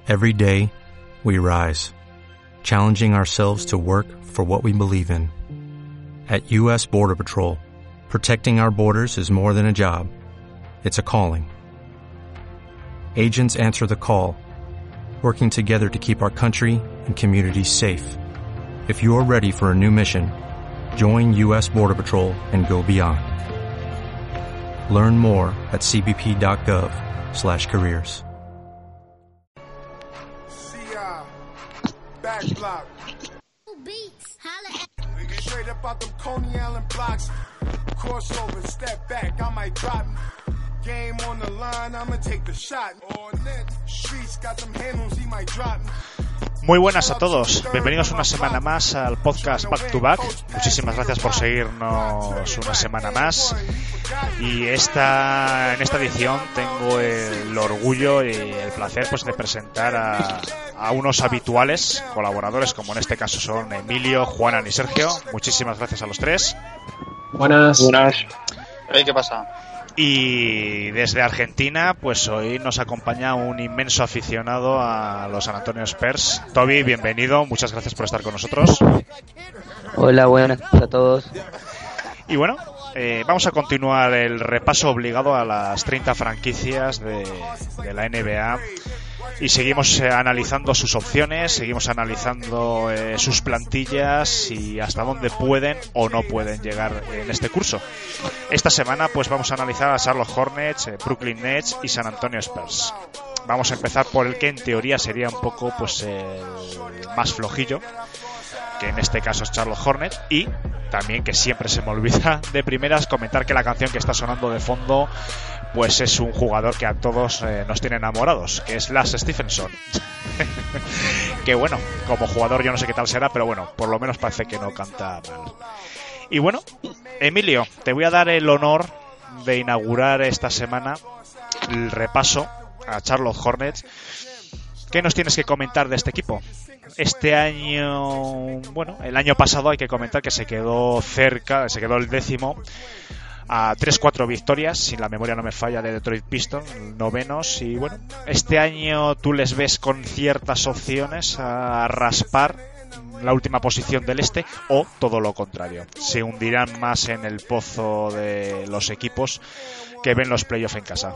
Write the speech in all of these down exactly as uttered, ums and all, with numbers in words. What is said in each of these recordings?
Every day, we rise, challenging ourselves to work for what we believe in. At U S Border Patrol, protecting our borders is more than a job. It's a calling. Agents answer the call, working together to keep our country and communities safe. If you're ready for a new mission, join U S Border Patrol and go beyond. Learn more at cbp.gov slash careers. Back block. Beats, holla at. We get straight up out them Coney Island blocks. Crossover, step back, I might drop. Game on the line, I'ma take the shot. On net, streets got them handles, he might drop. Muy buenas a todos, bienvenidos una semana más al podcast Back to Back. Muchísimas gracias por seguirnos una semana más. Y esta, en esta edición tengo el orgullo y el placer pues de presentar a, a unos habituales colaboradores, como en este caso son Emilio, Juanan y Sergio. Muchísimas gracias a los tres. Buenas. Buenas. Hey, ¿qué pasa? Y desde Argentina, pues hoy nos acompaña un inmenso aficionado a los San Antonio Spurs. Toby, bienvenido, muchas gracias por estar con nosotros. Hola, buenas a todos. Y bueno, eh, vamos a continuar el repaso obligado a las treinta franquicias de, de la N B A. Y seguimos eh, analizando sus opciones, seguimos analizando eh, sus plantillas y hasta dónde pueden o no pueden llegar en este curso. Esta semana pues vamos a analizar a Charlotte Hornets, eh, Brooklyn Nets y San Antonio Spurs. Vamos a empezar por el que en teoría sería un poco pues el más flojillo, que en este caso es Charlotte Hornets, y también, que siempre se me olvida de primeras, comentar que la canción que está sonando de fondo pues es un jugador que a todos eh, nos tiene enamorados, que es Lance Stephenson. Que bueno, como jugador yo no sé qué tal será, pero bueno, por lo menos parece que no canta mal. Y bueno, Emilio, te voy a dar el honor de inaugurar esta semana el repaso a Charlotte Hornets. ¿Qué nos tienes que comentar de este equipo? Este año, bueno, el año pasado hay que comentar que se quedó cerca, se quedó el décimo a tres cuatro victorias, si la memoria no me falla, de Detroit Pistons, novenos. Y bueno, este año tú les ves con ciertas opciones a raspar la última posición del este, o todo lo contrario, se hundirán más en el pozo de los equipos que ven los playoffs en casa.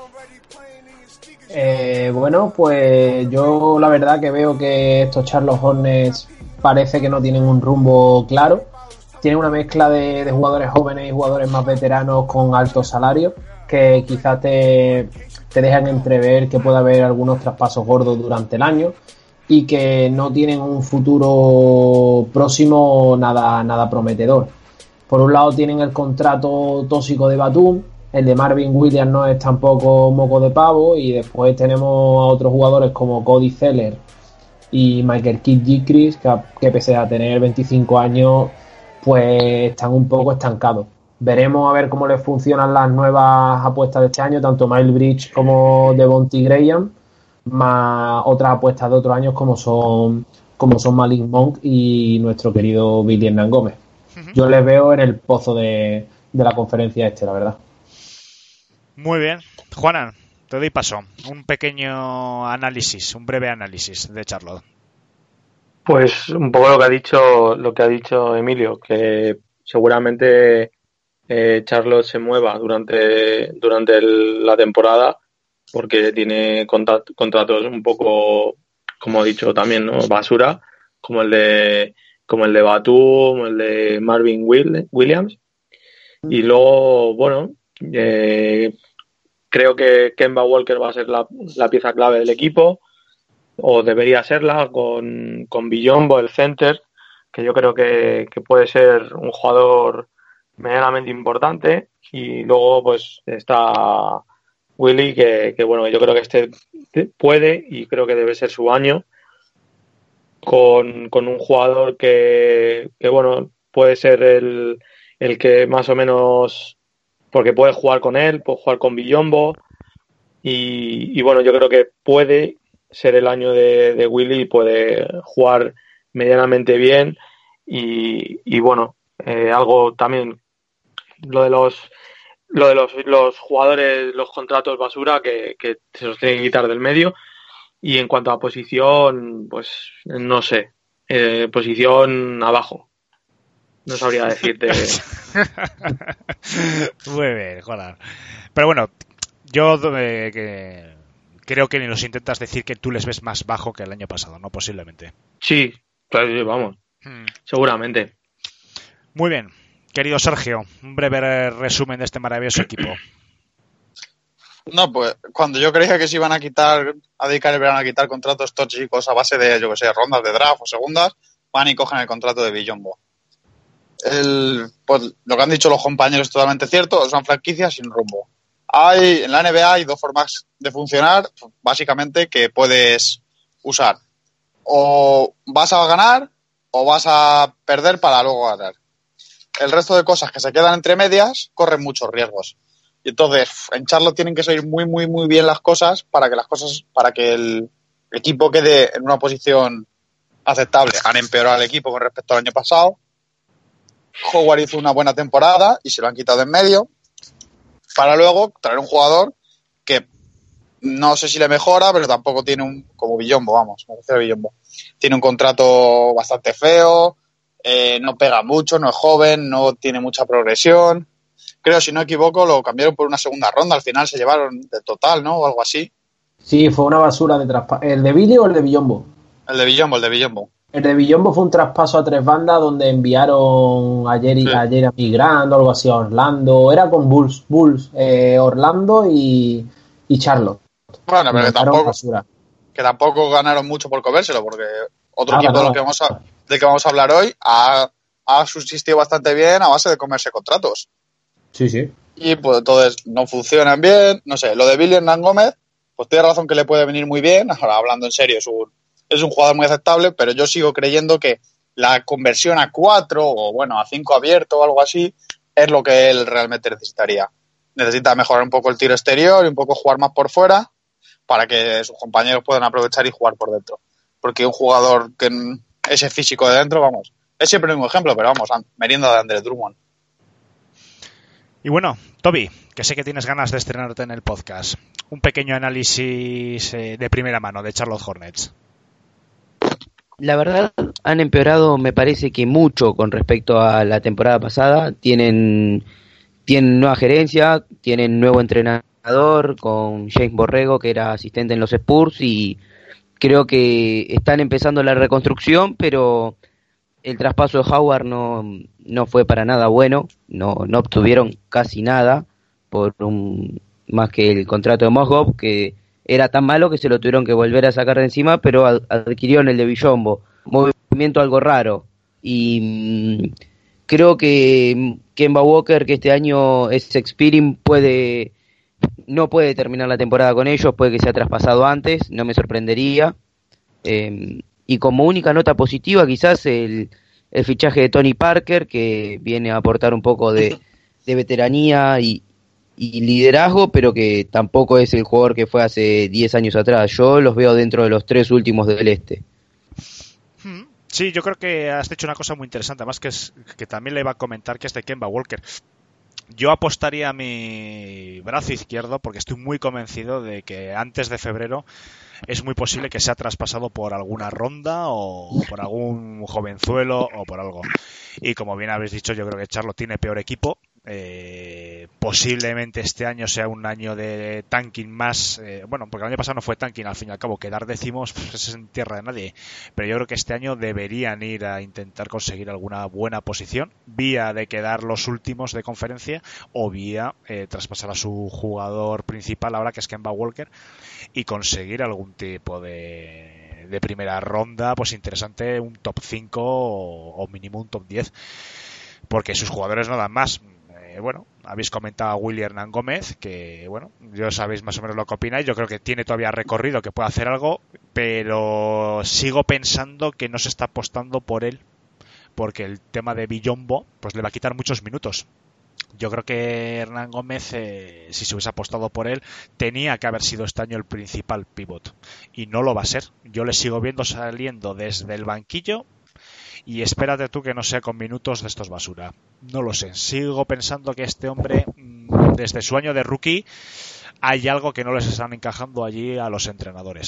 Eh, bueno, pues yo la verdad que veo que estos Charlotte Hornets parece que no tienen un rumbo claro. Tienen una mezcla de, de jugadores jóvenes y jugadores más veteranos con altos salarios, que quizás te, te dejan entrever que puede haber algunos traspasos gordos durante el año y que no tienen un futuro próximo nada, nada prometedor. Por un lado tienen el contrato tóxico de Batum, el de Marvin Williams no es tampoco moco de pavo, y después tenemos a otros jugadores como Cody Zeller y Michael Kidd-Gilchrist, que, que pese a tener veinticinco años pues están un poco estancados. Veremos a ver cómo les funcionan las nuevas apuestas de este año, tanto Miles Bridges como Devontae Graham, más otras apuestas de otros años como son como son Malik Monk y nuestro querido Billy Hernán Gómez. Uh-huh. Yo les veo en el pozo de, de la conferencia este, la verdad. Muy bien. Juanan, te doy paso. Un pequeño análisis, un breve análisis de Charlotte. Pues un poco lo que ha dicho lo que ha dicho Emilio, que seguramente eh, Charlotte se mueva durante durante el, la temporada, porque tiene contrat, contratos un poco, como ha dicho también, ¿no?, basura, como el de como el de Batum, como el de Marvin Will, Williams. Y luego, bueno, eh, creo que Kemba Walker va a ser la, la pieza clave del equipo, o debería serla, con, con Biyombo, el center, que yo creo que, que puede ser un jugador medianamente importante. Y luego pues está Willy, que, que bueno, yo creo que este puede y creo que debe ser su año, con, con un jugador que, que bueno, puede ser el, el que más o menos, porque puede jugar con él, puede jugar con Biyombo, y, y bueno, yo creo que puede ser el año de, de Willy, puede jugar medianamente bien. Y, y bueno, eh, algo también, lo de los lo de los, los jugadores, los contratos basura, que, que se los tiene que quitar del medio. Y en cuanto a posición, pues no sé, eh, posición abajo. No sabría decirte. Muy bien, joder. Pero bueno, yo eh, que creo que ni nos intentas decir que tú les ves más bajo que el año pasado, ¿no? Posiblemente. Sí, pues, vamos, hmm. seguramente. Muy bien, querido Sergio, un breve resumen de este maravilloso equipo. No, pues cuando yo creía que se iban a quitar, a dedicar el verano a quitar contratos tóxicos a base de, yo que sé, rondas de draft o segundas, van y cogen el contrato de Billombo. El, pues lo que han dicho los compañeros es totalmente cierto, son franquicias sin rumbo. Hay, en la N B A hay dos formas de funcionar, básicamente, que puedes usar. O vas a ganar o vas a perder para luego ganar. El resto de cosas que se quedan entre medias corren muchos riesgos. Y entonces, en Charlotte tienen que salir muy, muy, muy bien las cosas para que las cosas, para que el equipo quede en una posición aceptable. Han empeorado el equipo con respecto al año pasado. Howard hizo una buena temporada y se lo han quitado en medio para luego traer un jugador que no sé si le mejora, pero tampoco tiene un, como Billombo, vamos, me refiero a Billombo. Tiene un contrato bastante feo, eh, no pega mucho, no es joven, no tiene mucha progresión. Creo, si no equivoco, lo cambiaron por una segunda ronda. Al final se llevaron de total, ¿no? O algo así. Sí, fue una basura de traspaso. ¿El de Billy o el de Billombo? El de Billombo, el de Billombo. El de Billombo fue un traspaso a tres bandas donde enviaron ayer, sí. ayer a Migrando, algo así, a Orlando. Era con Bulls, Bulls, eh, Orlando y, y Charlotte. Bueno, pero que tampoco, que tampoco ganaron mucho por comérselo, porque otro ah, equipo no, del que vamos a, del que vamos a hablar hoy ha, ha subsistido bastante bien a base de comerse contratos. Sí, sí. Y pues entonces no funcionan bien. No sé, lo de Billy Hernán Gómez, pues tiene razón que le puede venir muy bien. Ahora, hablando en serio, es un, es un jugador muy aceptable, pero yo sigo creyendo que la conversión a cuatro o bueno, a cinco abierto o algo así es lo que él realmente necesitaría. Necesita mejorar un poco el tiro exterior y un poco jugar más por fuera para que sus compañeros puedan aprovechar y jugar por dentro. Porque un jugador que ese físico de dentro, vamos, es siempre el mismo ejemplo, pero vamos, merienda de Andre Drummond. Y bueno, Toby, que sé que tienes ganas de estrenarte en el podcast, un pequeño análisis eh, de primera mano de Charlotte Hornets. La verdad, han empeorado, me parece que mucho con respecto a la temporada pasada. Tienen, tienen nueva gerencia, tienen nuevo entrenador con James Borrego, que era asistente en los Spurs, y creo que están empezando la reconstrucción, pero el traspaso de Howard no, no fue para nada bueno, no, no obtuvieron casi nada, por un, más que el contrato de Mozgov, que era tan malo que se lo tuvieron que volver a sacar de encima, pero adquirieron el de Billombo, movimiento algo raro. Y mmm, creo que Kemba Walker, que este año es expiring, puede no puede terminar la temporada con ellos, puede que sea traspasado antes, no me sorprendería. Eh, y como única nota positiva, quizás el, el fichaje de Tony Parker, que viene a aportar un poco de, de veteranía y, y liderazgo, pero que tampoco es el jugador que fue hace diez años atrás. Yo los veo dentro de los tres últimos del este. Sí, yo creo que has hecho una cosa muy interesante, además que, es, que también le iba a comentar, que es de Kemba Walker. Yo apostaría a mi brazo izquierdo porque estoy muy convencido de que antes de febrero es muy posible que sea traspasado por alguna ronda o por algún jovenzuelo o por algo. Y como bien habéis dicho, yo creo que Charlotte tiene peor equipo. Eh, posiblemente este año sea un año de tanking más, eh, bueno, porque el año pasado no fue tanking, al fin y al cabo quedar décimos pues, es en tierra de nadie, pero yo creo que este año deberían ir a intentar conseguir alguna buena posición, vía de quedar los últimos de conferencia o vía eh, traspasar a su jugador principal ahora, que es Kemba Walker, y conseguir algún tipo de de primera ronda pues interesante, un top cinco o, o mínimo un top diez, porque sus jugadores no dan más. Bueno, habéis comentado a Willy Hernán Gómez, que bueno, yo sabéis más o menos lo que opináis. Yo creo que tiene todavía recorrido, que puede hacer algo, pero sigo pensando que no se está apostando por él, porque el tema de Billombo pues le va a quitar muchos minutos. Yo creo que Hernán Gómez, eh, si se hubiese apostado por él, tenía que haber sido este año el principal pivot, y no lo va a ser. Yo le sigo viendo saliendo desde el banquillo. Y espérate tú que no sea con minutos de estos basura. No lo sé. Sigo pensando que este hombre, desde su año de rookie, hay algo que no les están encajando allí a los entrenadores.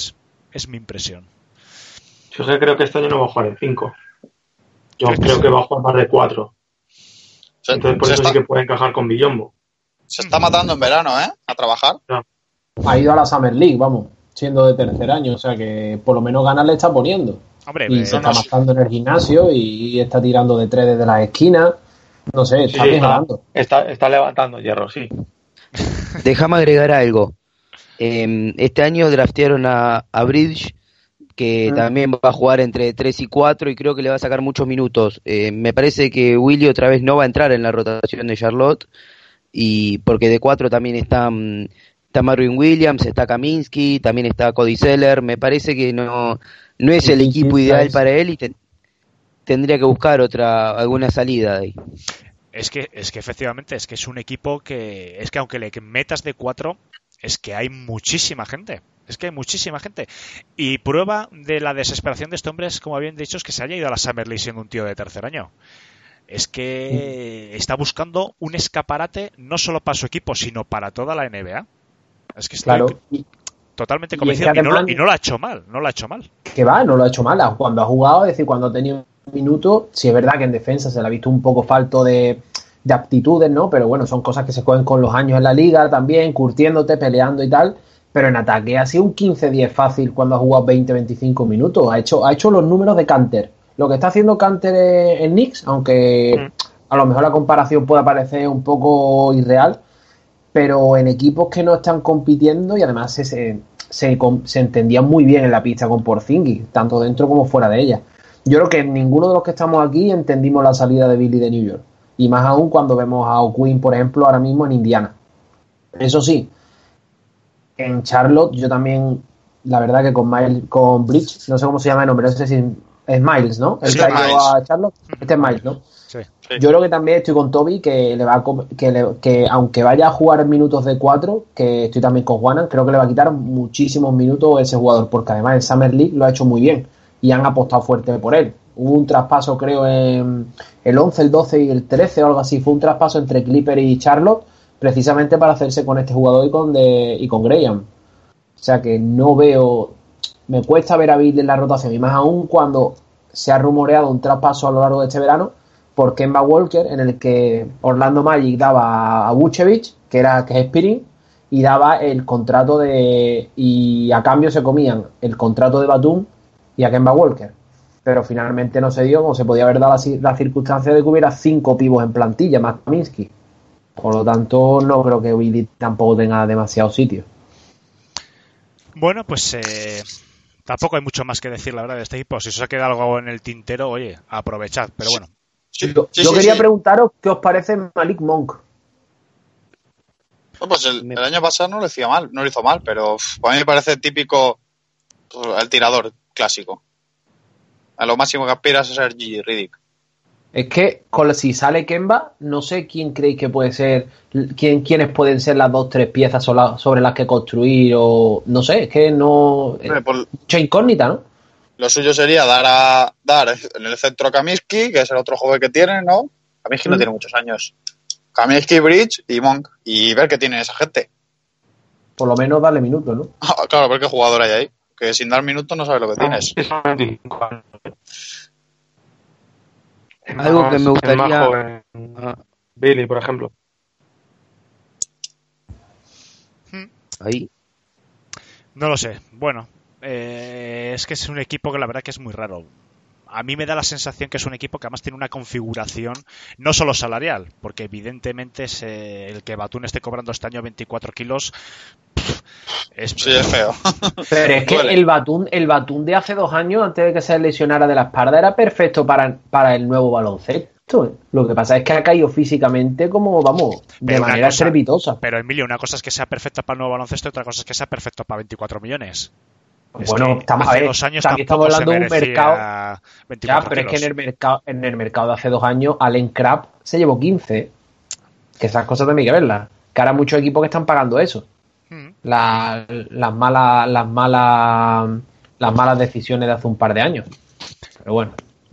Es mi impresión. Yo creo que este año no va a jugar en cinco. Yo creo que va a jugar más de cuatro. Se, Entonces por se eso está, sí que puede encajar con Villombo. se está matando en verano, ¿eh? A trabajar. Ha ido a la Summer League, vamos, siendo de tercer año, o sea que por lo menos ganas le está poniendo. Hombre, y eh, se no, está no, matando en el gimnasio y está tirando de tres desde las esquinas. No sé, está Sí, mejorando. está, está, está levantando hierro, sí. Déjame agregar algo. Eh, este año draftearon a, a Bridge, que Mm. también va a jugar entre tres y cuatro y creo que le va a sacar muchos minutos. Eh, me parece que Willy otra vez no va a entrar en la rotación de Charlotte, y porque de cuatro también está, mm, está Marvin Williams, está Kaminsky, también está Cody Zeller. Me parece que no, no es el Sí, equipo sí, ideal sí. para él y te- tendría que buscar otra alguna salida de ahí. es que, es que efectivamente es que es un equipo que es que aunque le metas de cuatro, es que hay muchísima gente. Es que hay muchísima gente. Y prueba de la desesperación de este hombre es, como habían dicho, es que se haya ido a la Summer League siendo un tío de tercer año. Es que está buscando un escaparate no solo para su equipo, sino para toda la N B A. Es que estoy Claro, y totalmente y es convencido. que Y, no, lo- además- y no lo ha hecho mal, no lo ha hecho mal. que va, no lo ha hecho mal. Cuando ha jugado, es decir, cuando ha tenido minutos, sí es verdad que en defensa se le ha visto un poco falto de, de aptitudes, ¿no? Pero bueno, son cosas que se cogen con los años en la liga también, curtiéndote, peleando y tal. Pero en ataque ha sido un quince diez fácil cuando ha jugado veinte veinticinco minutos. Ha hecho, ha hecho los números de Canter. Lo que está haciendo Canter en, en Knicks, aunque a lo mejor la comparación pueda parecer un poco irreal, pero en equipos que no están compitiendo y además se, se, se, se entendían muy bien en la pista con Porzingis, tanto dentro como fuera de ella. Yo creo que ninguno de los que estamos aquí entendimos la salida de Billy de New York. Y más aún cuando vemos a O'Quinn, por ejemplo, ahora mismo en Indiana. Eso sí, en Charlotte yo también, la verdad que con Miles, con Bridge, no sé cómo se llama el nombre, no sé si es Miles, ¿no? El Sí, que ha ido Miles. a Charlotte, este es Miles, ¿no? Sí. Sí. Yo creo que también estoy con Toby, que le va a com- que, le- que aunque vaya a jugar minutos de cuatro, que estoy también con Juanan, creo que le va a quitar muchísimos minutos ese jugador, porque además en Summer League lo ha hecho muy bien y han apostado fuerte por él. Hubo un traspaso, creo, en el once, el doce y el trece o algo así. Fue un traspaso entre Clipper y Charlotte, precisamente para hacerse con este jugador y con, de, y con Graham. O sea que no veo... Me cuesta ver a Bill en la rotación, y más aún cuando se ha rumoreado un traspaso a lo largo de este verano por Kemba Walker, en el que Orlando Magic daba a Vucevic, que era que es Spirit, y daba el contrato de... y a cambio se comían el contrato de Batum y a Kemba Walker. Pero finalmente no se dio, como se podía haber dado la, la circunstancia de que hubiera cinco pivos en plantilla, más Kaminsky. Por lo tanto, no creo que Billy tampoco tenga demasiado sitio. Bueno, pues eh, tampoco hay mucho más que decir, la verdad, de este equipo. Si os ha quedado algo en el tintero, oye, aprovechad. Pero bueno, Sí, Yo, sí, yo sí, quería sí. preguntaros qué os parece Malik Monk. Bueno, pues el, el año pasado no lo hizo mal, no lo hizo mal, pero uf, a mí me parece típico pues, el tirador clásico. A lo máximo que aspiras es ser Gigi Riddick. Es que con, si sale Kemba, no sé quién creéis que puede ser, quién, quiénes pueden ser las dos, tres piezas sobre, sobre las que construir, o no sé, es que no... Hombre, pues, mucha incógnita, ¿no? lo suyo sería dar a dar en el centro a Kaminsky, que es el otro joven que tiene, ¿no? Kaminsky Mm. no tiene muchos años. Kaminsky, Bridge y Monk. Y ver qué tiene esa gente. Por lo menos darle minutos, ¿no? Ah, claro, ver qué jugador hay ahí. Que sin dar minutos no sabes lo que tienes. Es son veinticinco años. Es Algo más- que me es gustaría- más joven. Ah, Billy, por ejemplo. ahí. no lo sé. Bueno, eh, es que es un equipo que la verdad que es muy raro. A mí me da la sensación que es un equipo que además tiene una configuración no solo salarial, porque evidentemente es, eh, el que Batum esté cobrando este año veinticuatro kilos pff, es, Sí, es feo. Pero es que Duele. el Batum, el Batum de hace dos años, antes de que se lesionara de la espalda, era perfecto para, para el nuevo baloncesto. ¿eh? Lo que pasa es que ha caído físicamente como, vamos, de Pero una manera cosa- estrepitosa. Pero Emilio, una cosa es que sea perfecto para el nuevo baloncesto y otra cosa es que sea perfecto para veinticuatro millones. Es Bueno, que estamos a hace ver, dos años también tampoco estamos hablando se de un merecía mercado. Ya, veinticuatro pero es que en kilos. el mercado, en el mercado de hace dos años, Allen Crabbe se llevó quince. Que esas cosas también hay que verlas. Que ahora hay muchos equipos que están pagando eso. Mm. La- las malas, las malas, las malas decisiones de hace un par de años. Pero bueno.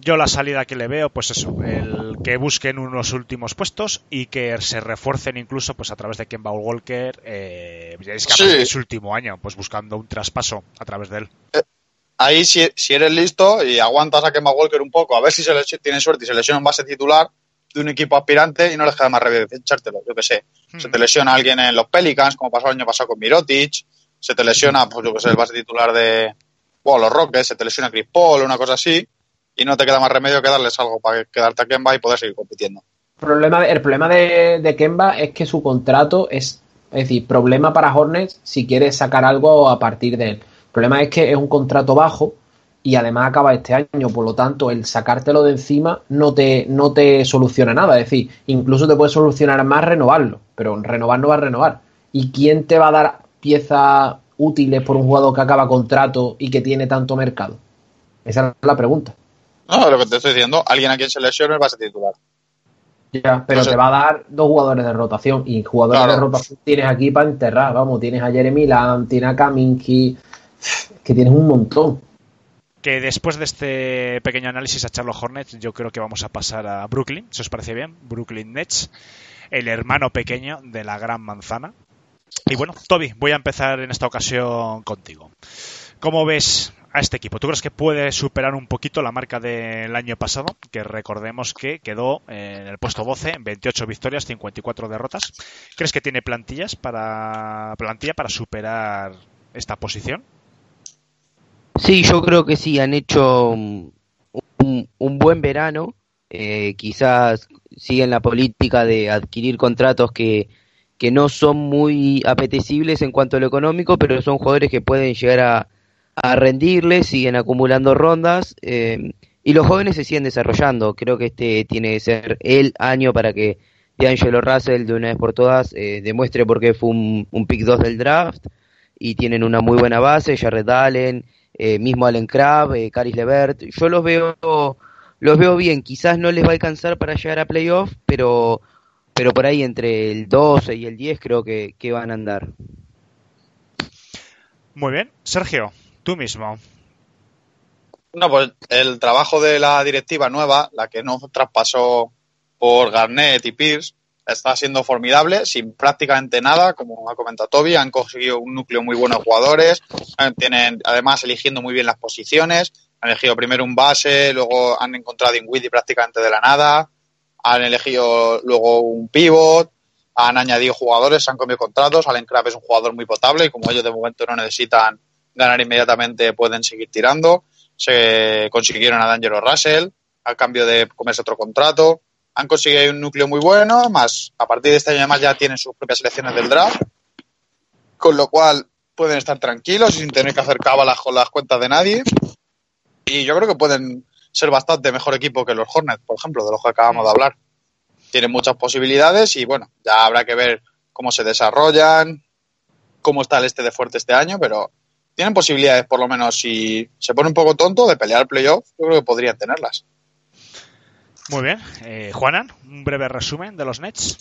yo la salida que le veo, pues eso, el que busquen unos últimos puestos y que se refuercen incluso pues a través de Kemba Walker, eh, es capaz Sí. de su último año, pues buscando un traspaso a través de él. Ahí, si, si eres listo y aguantas a Kemba Walker un poco, a ver si se les, tienen suerte y se lesiona un base titular de un equipo aspirante y no les queda más remedio que echártelo, yo que sé. Hmm. Se te lesiona alguien en los Pelicans, como pasó el año pasado con Mirotic, se te lesiona, pues yo que sé, el base titular de bueno, los Rockets, se te lesiona Chris Paul, una cosa así, y no te queda más remedio que darles algo para quedarte a Kemba y poder seguir compitiendo. El problema, el problema de, de Kemba es que su contrato es, es decir, problema para Hornets si quieres sacar algo a partir de él. El problema es que es un contrato bajo y además acaba este año, por lo tanto, el sacártelo de encima no te, no te soluciona nada. Es decir, incluso te puede solucionar más renovarlo, pero renovar no va a renovar. ¿Y quién te va a dar piezas útiles por un jugador que acaba contrato y que tiene tanto mercado? Esa es la pregunta. No, lo que te estoy diciendo, alguien a quien se lesione es base titular. Ya, pero No sé. te va a dar dos jugadores de rotación y jugadores Claro. de rotación tienes aquí para enterrar, vamos, tienes a Jeremy Lamb, tienes a Kaminsky, que tienes un montón. Que después de este pequeño análisis a Charlotte Hornets, yo creo que vamos a pasar a Brooklyn, si os parece bien, Brooklyn Nets, el hermano pequeño de la gran manzana. Y bueno, Toby, voy a empezar en esta ocasión contigo. ¿Cómo ves a este equipo? ¿Tú crees que puede superar un poquito la marca del año pasado? Que recordemos que quedó en el puesto doce, veintiocho victorias, cincuenta y cuatro derrotas. ¿Crees que tiene plantillas para plantilla para superar esta posición? Sí, yo creo que sí, han hecho un, un buen verano. Eh, quizás siguen la política de adquirir contratos que, que no son muy apetecibles en cuanto a lo económico, pero son jugadores que pueden llegar a, a rendirles, siguen acumulando rondas eh, y los jóvenes se siguen desarrollando. Creo que este tiene que ser el año para que D'Angelo Russell de una vez por todas eh, demuestre por qué fue un, un pick dos del draft y tienen una muy buena base, Jarrett Allen, eh, mismo Allen Crabbe, eh, Caris LeVert. Yo los veo los veo bien, quizás no les va a alcanzar para llegar a playoff, pero pero por ahí entre el doce y el diez creo que, que van a andar. Muy bien. Sergio, tú mismo. No, pues el trabajo de la directiva nueva, la que no traspasó por Garnett y Pierce, está siendo formidable, sin prácticamente nada, como ha comentado Toby, han conseguido un núcleo muy bueno de jugadores, tienen además eligiendo muy bien las posiciones, han elegido primero un base, luego han encontrado a Dinwiddie prácticamente de la nada, han elegido luego un pivot, han añadido jugadores, han cambiado contratos, Allen Crabbe es un jugador muy potable y como ellos de momento no necesitan ganar inmediatamente, pueden seguir tirando, se consiguieron a D'Angelo Russell, a cambio de comerse otro contrato, han conseguido un núcleo muy bueno, más a partir de este año además ya tienen sus propias selecciones del draft, con lo cual pueden estar tranquilos y sin tener que hacer cábalas con las cuentas de nadie. Y yo creo que pueden ser bastante mejor equipo que los Hornets, por ejemplo, de los que acabamos de hablar. Tienen muchas posibilidades y bueno, ya habrá que ver cómo se desarrollan, cómo está el este de fuerte este año, pero tienen posibilidades, por lo menos, si se pone un poco tonto, de pelear el playoff, yo creo que podrían tenerlas. Muy bien. Eh, Juanan, un breve resumen de los Nets.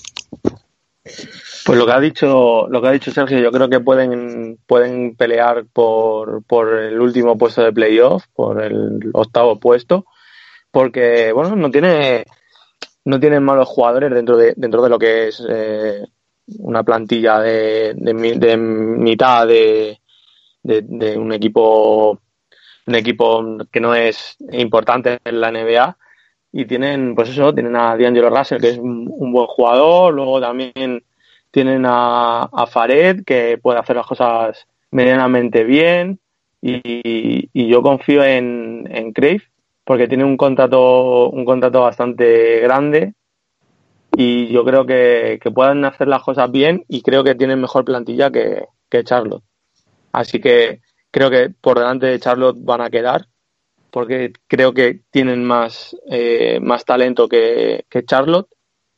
Pues lo que ha dicho, lo que ha dicho Sergio, yo creo que pueden, pueden pelear por, por el último puesto de playoff, por el octavo puesto, porque bueno, no tiene, no tienen malos jugadores dentro de, dentro de lo que es eh, una plantilla de, de, de mitad de, de, de un equipo, un equipo que no es importante en la N B A. Y tienen, pues eso, tienen a D'Angelo Russell, que es un, un buen jugador. Luego también tienen a, a Fared, que puede hacer las cosas medianamente bien. Y, y yo confío en, en Crave, porque tiene un contrato, un contrato bastante grande. Y yo creo que, que pueden hacer las cosas bien y creo que tienen mejor plantilla que, que Charlotte. Así que creo que por delante de Charlotte van a quedar, porque creo que tienen más eh, más talento que, que Charlotte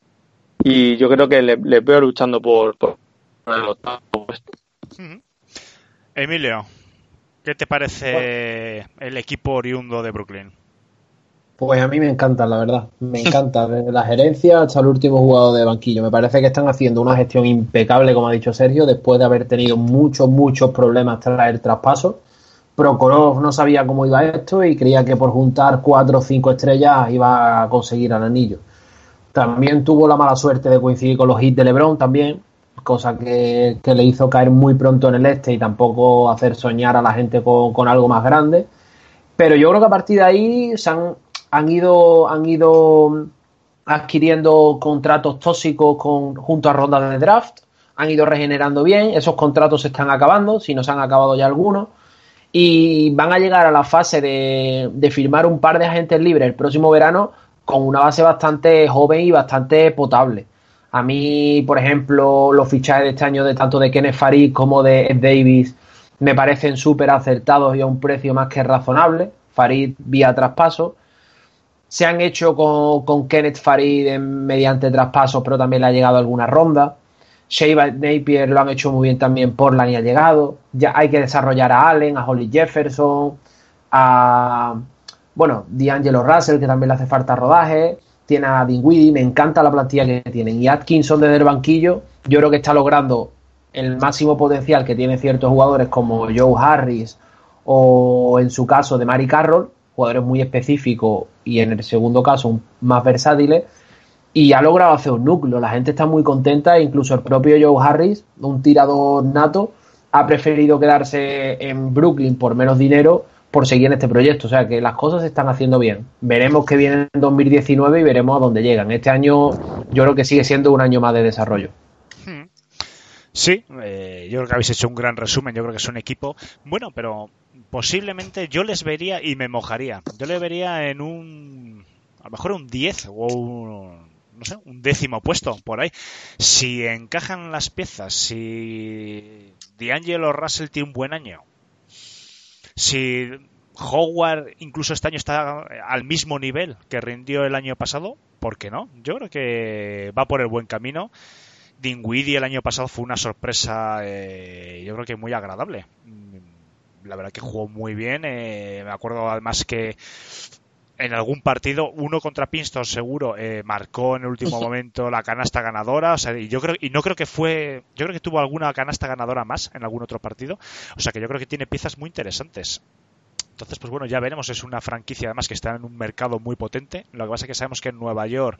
y yo creo que le, le veo luchando por, por el octavo puesto. Uh-huh. Emilio, ¿qué te parece el equipo oriundo de Brooklyn? Pues a mí me encanta, la verdad. Me encanta. Desde la gerencia hasta el último jugador de banquillo. Me parece que están haciendo una gestión impecable, como ha dicho Sergio, después de haber tenido muchos, muchos problemas tras el traspaso. Prokhorov no sabía cómo iba esto y creía que por juntar cuatro o cinco estrellas iba a conseguir el anillo. También tuvo la mala suerte de coincidir con los hits de LeBron también, cosa que, que le hizo caer muy pronto en el este y tampoco hacer soñar a la gente con, con algo más grande. Pero yo creo que a partir de ahí se han, han ido han ido adquiriendo contratos tóxicos con, junto a rondas de draft, han ido regenerando bien, esos contratos se están acabando, si no se han acabado ya algunos, y van a llegar a la fase de, de firmar un par de agentes libres el próximo verano con una base bastante joven y bastante potable. A mí, por ejemplo, los fichajes de este año de tanto de Kenneth Faried como de Ed Davis me parecen súper acertados y a un precio más que razonable. Faried vía traspaso. Se han hecho con, con Kenneth Faried en, mediante traspasos, pero también le ha llegado alguna ronda. Shea Napier lo han hecho muy bien también, Portland y ha llegado. Ya hay que desarrollar a Allen, a Holly Jefferson, a bueno, D'Angelo Russell, que también le hace falta rodaje. Tiene a Dinwiddie, me encanta la plantilla que tienen. Y Atkinson desde el banquillo, yo creo que está logrando el máximo potencial que tienen ciertos jugadores como Joe Harris o en su caso de Mari Carroll, jugadores muy específicos y en el segundo caso más versátiles, y ha logrado hacer un núcleo. La gente está muy contenta, incluso el propio Joe Harris, un tirador nato, ha preferido quedarse en Brooklyn por menos dinero por seguir en este proyecto. O sea que las cosas se están haciendo bien. Veremos qué viene en dos mil diecinueve y veremos a dónde llegan. Este año yo creo que sigue siendo un año más de desarrollo. Sí, eh, yo creo que habéis hecho un gran resumen. Yo creo que es un equipo bueno, pero posiblemente yo les vería y me mojaría. Yo les vería en un, a lo mejor un diez o un, no sé, un décimo puesto por ahí. Si encajan las piezas, si D'Angelo Russell tiene un buen año, si Howard incluso este año está al mismo nivel que rindió el año pasado, ¿por qué no? Yo creo que va por el buen camino. Dinwiddie el año pasado fue una sorpresa, eh, yo creo que muy agradable. La verdad que jugó muy bien. Eh, me acuerdo además que en algún partido, uno contra Princeton seguro, eh, marcó en el último momento la canasta ganadora. O sea, y yo creo, y no creo que fue, yo creo que tuvo alguna canasta ganadora más en algún otro partido. O sea que yo creo que tiene piezas muy interesantes. Entonces, pues bueno, ya veremos. Es una franquicia además que está en un mercado muy potente. Lo que pasa es que sabemos que en Nueva York,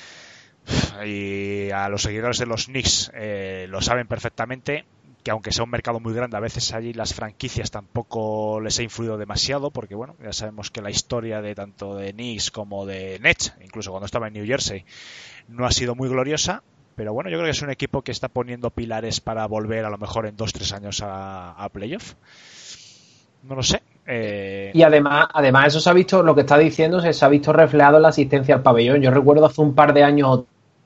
y a los seguidores de los Knicks eh, lo saben perfectamente, que aunque sea un mercado muy grande, a veces allí las franquicias tampoco les ha influido demasiado, porque bueno, ya sabemos que la historia de tanto de Knicks como de Nets, incluso cuando estaba en New Jersey, no ha sido muy gloriosa. Pero bueno, yo creo que es un equipo que está poniendo pilares para volver a lo mejor en dos tres años a, a playoff. No lo sé. Eh... Y además, además eso se ha visto, lo que está diciendo, se, se ha visto reflejado en la asistencia al pabellón. Yo recuerdo hace un par de años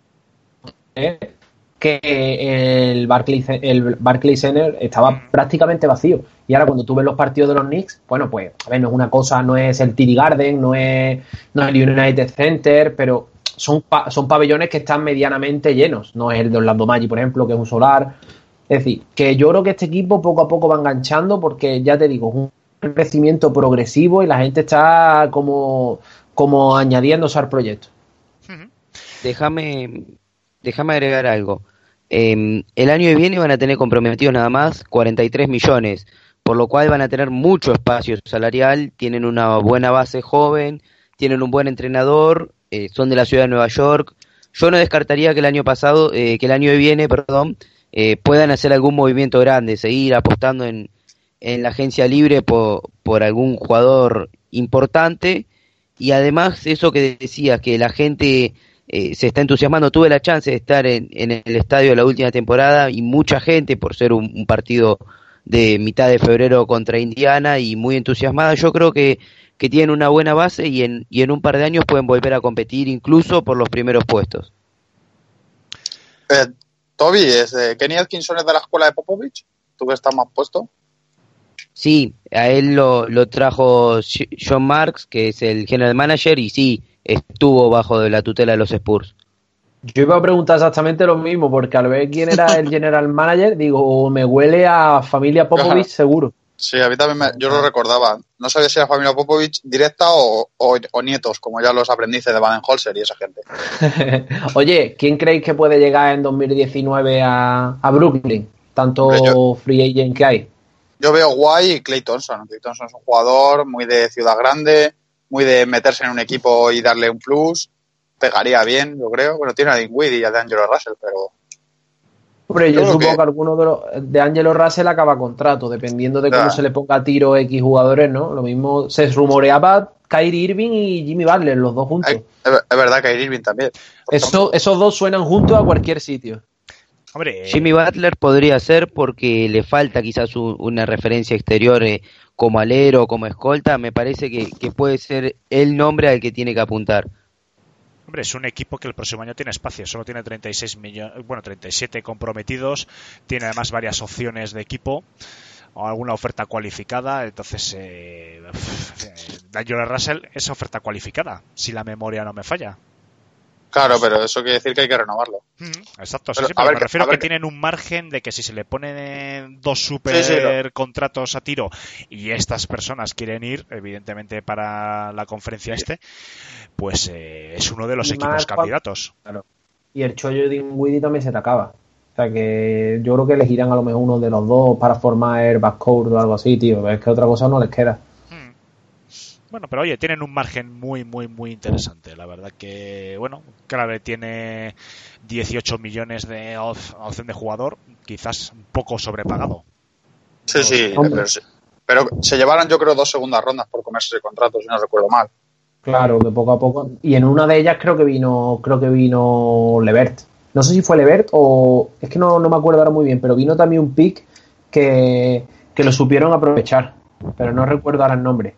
eh, que el Barclays, el Barclays Center estaba prácticamente vacío. Y ahora cuando tú ves los partidos de los Knicks, bueno, pues, a ver, no es una cosa, no es el T D Garden, no es, no es el United Center, pero son, pa- son pabellones que están medianamente llenos. No es el de Orlando Magic, por ejemplo, que es un solar. Es decir, que yo creo que este equipo poco a poco va enganchando, porque ya te digo, es un crecimiento progresivo y la gente está como, como añadiéndose al proyecto. Déjame, déjame agregar algo. Eh, el año que viene van a tener comprometidos nada más cuarenta y tres millones, por lo cual van a tener mucho espacio salarial, tienen una buena base joven, tienen un buen entrenador, eh, son de la ciudad de Nueva York. Yo no descartaría que el año pasado, eh, que el año que viene, perdón, eh, puedan hacer algún movimiento grande, seguir apostando en, en la agencia libre por, por algún jugador importante. Y además eso que decías, que la gente eh, se está entusiasmando. Tuve la chance de estar en, en el estadio de la última temporada y mucha gente, por ser un, un partido de mitad de febrero contra Indiana, y muy entusiasmada. Yo creo que, que tienen una buena base y en, y en un par de años pueden volver a competir incluso por los primeros puestos. Eh, Toby, ¿es de Kenny Atkinson es de la escuela de Popovich? ¿Tú que estás más puesto? Sí, a él lo, lo trajo John Marks, que es el general manager, y sí, estuvo bajo de la tutela de los Spurs. Yo iba a preguntar exactamente lo mismo, porque al ver quién era el general manager, digo, me huele a familia Popovich seguro. Sí, a mí también me, yo lo recordaba. No sabía si era familia Popovich directa o, o, o nietos, como ya los aprendices de Baden-Holzer y esa gente. Oye, ¿quién creéis que puede llegar en dos mil diecinueve a, a Brooklyn? Tanto Hombre, yo, free agent que hay. yo veo guay Clay Thompson. Clay Thompson es un jugador muy de ciudad grande, muy de meterse en un equipo y darle un plus. Pegaría bien, yo creo. Bueno, tiene a Dinwiddie y a DeAngelo Russell, pero... Hombre, yo, yo supongo que... que alguno de los de Angelo Russell acaba contrato, dependiendo de cómo ya. se le ponga a tiro X jugadores, ¿no? Lo mismo se rumoreaba Kyrie Irving y Jimmy Butler, los dos juntos. Ay, es verdad, Kyrie Irving también. Eso, esos dos suenan juntos a cualquier sitio. Hombre, Jimmy Butler podría ser porque le falta quizás un, una referencia exterior eh, como alero o como escolta. Me parece que, que puede ser el nombre al que tiene que apuntar. Hombre, es un equipo que el próximo año tiene espacio, solo tiene treinta y seis millones, bueno, treinta y siete comprometidos, tiene además varias opciones de equipo o alguna oferta cualificada, entonces eh, D'Angelo Russell es oferta cualificada, si la memoria no me falla. Claro, pero eso quiere decir que hay que renovarlo. Mm, exacto, pero, sí, sí, pero ver, me refiero a, a que que... tienen un margen de que si se le ponen dos super sí, sí, no. contratos a tiro y estas personas quieren ir, evidentemente, para la conferencia este, pues eh, es uno de los y equipos más, candidatos. Claro. Y el chollo de Dinwiddie también se te acaba. O sea que yo creo que elegirán a lo mejor uno de los dos para formar el backcourt o algo así, tío. Es que otra cosa no les queda. Bueno, pero oye, tienen un margen muy, muy, muy interesante. La verdad que, bueno, claro, tiene dieciocho millones de opción de jugador, quizás un poco sobrepagado. Sí, no, sí, pero, pero se llevaron yo creo dos segundas rondas por comerse el contrato, si no recuerdo mal. Claro, que poco a poco. Y en una de ellas creo que vino, creo que vino Levert. No sé si fue Levert o es que no, no me acuerdo ahora muy bien, pero vino también un pick que, que lo supieron aprovechar, pero no recuerdo ahora el nombre.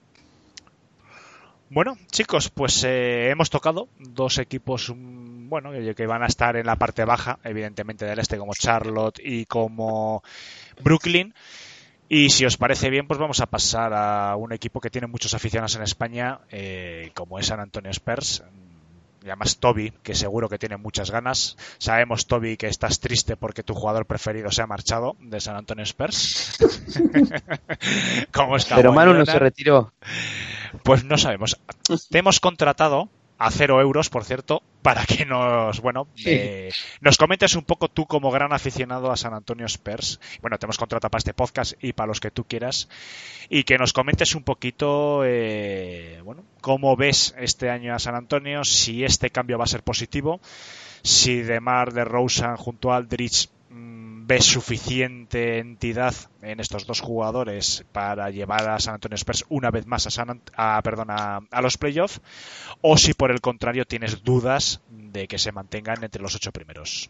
Bueno, chicos, pues eh, hemos tocado dos equipos, um, bueno, que, que van a estar en la parte baja, evidentemente del este, como Charlotte y como Brooklyn. Y si os parece bien, pues vamos a pasar a un equipo que tiene muchos aficionados en España, eh, como es San Antonio Spurs. Y además Toby, que seguro que tiene muchas ganas. Sabemos, Toby, que estás triste porque tu jugador preferido se ha marchado de San Antonio Spurs. ¿Cómo está? Pero Manu no se retiró. Pues no sabemos. Te hemos contratado a cero euros, por cierto, para que nos, bueno, sí. eh, nos comentes un poco tú como gran aficionado a San Antonio Spurs. Bueno, te hemos contratado para este podcast y para los que tú quieras. Y que nos comentes un poquito, eh, bueno, cómo ves este año a San Antonio, si este cambio va a ser positivo, si DeMar DeRozan junto a Aldridge ves suficiente entidad en estos dos jugadores para llevar a San Antonio Spurs una vez más a, San, a, perdón, a, a los playoffs, o si por el contrario tienes dudas de que se mantengan entre los ocho primeros.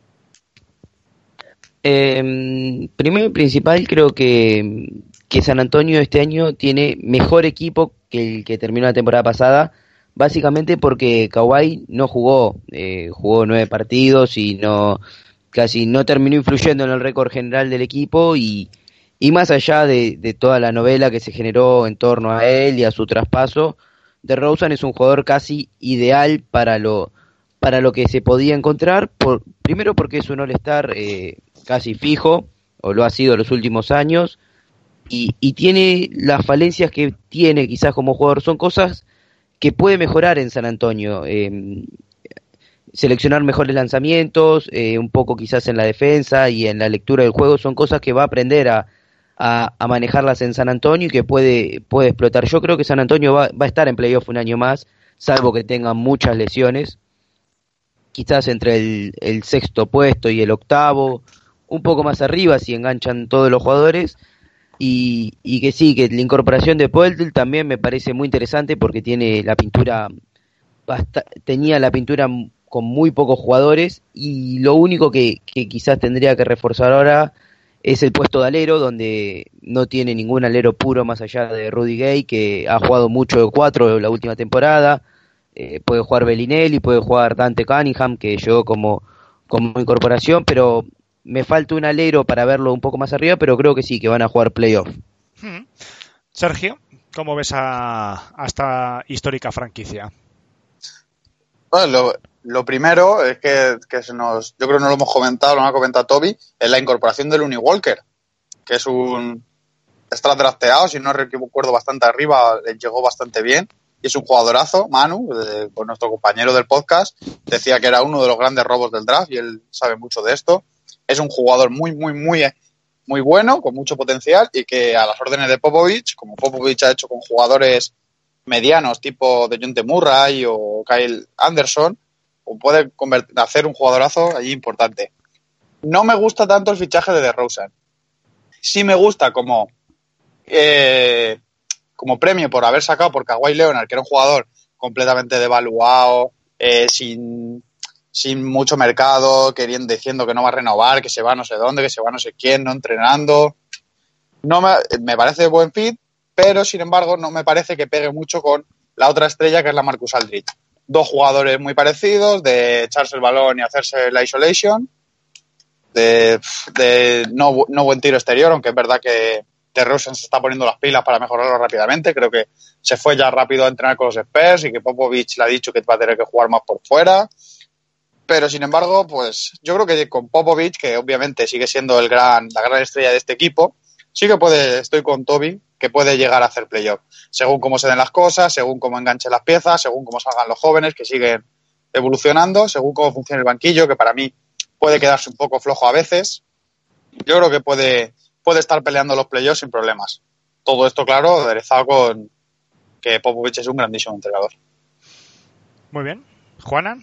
Eh, primero y principal, creo que, que San Antonio este año tiene mejor equipo que el que terminó la temporada pasada, básicamente porque Kawhi no jugó, eh, jugó nueve partidos y no... casi no terminó influyendo en el récord general del equipo y, y más allá de, de toda la novela que se generó en torno a él y a su traspaso, DeRozan es un jugador casi ideal para lo para lo que se podía encontrar, por, primero porque es un all-star eh, casi fijo, o lo ha sido en los últimos años, y, y tiene las falencias que tiene quizás como jugador, son cosas que puede mejorar en San Antonio, eh, seleccionar mejores lanzamientos, eh, un poco quizás en la defensa y en la lectura del juego, son cosas que va a aprender a, a, a manejarlas en San Antonio y que puede, puede explotar. Yo creo que San Antonio va, va a estar en playoff un año más, salvo que tenga muchas lesiones, quizás entre el, el sexto puesto y el octavo, un poco más arriba si enganchan todos los jugadores, y, y que sí, que la incorporación de Poeltl también me parece muy interesante porque tiene la pintura, basta, tenía la pintura con muy pocos jugadores, y lo único que, que quizás tendría que reforzar ahora es el puesto de alero, donde no tiene ningún alero puro más allá de Rudy Gay, que ha jugado mucho de cuatro la última temporada. Eh, puede jugar Bellinelli, puede jugar Dante Cunningham, que llegó como, como incorporación, pero me falta un alero para verlo un poco más arriba, pero creo que sí, que van a jugar playoff. Hmm. Sergio, ¿cómo ves a, a esta histórica franquicia? Bueno, lo, lo primero es que, que se nos, yo creo que no lo hemos comentado, lo ha comentado Toby, es la incorporación de Looney Walker, que es un está drafteado, si no recuerdo bastante arriba, le llegó bastante bien. Y es un jugadorazo. Manu, eh, pues nuestro compañero del podcast, decía que era uno de los grandes robos del draft y él sabe mucho de esto. Es un jugador muy, muy, muy muy bueno, con mucho potencial y que a las órdenes de Popovich, como Popovich ha hecho con jugadores medianos tipo DeJounte Murray o Kyle Anderson, puede convertir, hacer un jugadorazo allí importante. No me gusta tanto el fichaje de DeRozan. Sí me gusta como, eh, como premio por haber sacado por Kawhi Leonard, que era un jugador completamente devaluado, eh, sin, sin mucho mercado, queriendo, diciendo que no va a renovar, que se va no sé dónde, que se va no sé quién, no entrenando. No me, me parece buen fit, pero sin embargo no me parece que pegue mucho con la otra estrella, que es la Marcus Aldridge. Dos jugadores muy parecidos, de echarse el balón y hacerse la isolation, de, de no, no buen tiro exterior, aunque es verdad que DeRozan se está poniendo las pilas para mejorarlo rápidamente. Creo que se fue ya rápido a entrenar con los Spurs y que Popovich le ha dicho que va a tener que jugar más por fuera. Pero sin embargo, pues yo creo que con Popovich, que obviamente sigue siendo el gran, la gran estrella de este equipo, sí que puede, estoy con Toby, que puede llegar a hacer playoff. Según cómo se den las cosas, según cómo enganchen las piezas, según cómo salgan los jóvenes que siguen evolucionando, según cómo funciona el banquillo, que para mí puede quedarse un poco flojo a veces. Yo creo que puede, puede estar peleando los playoffs sin problemas. Todo esto, claro, aderezado con que Popovich es un grandísimo entrenador. Muy bien. ¿Juana?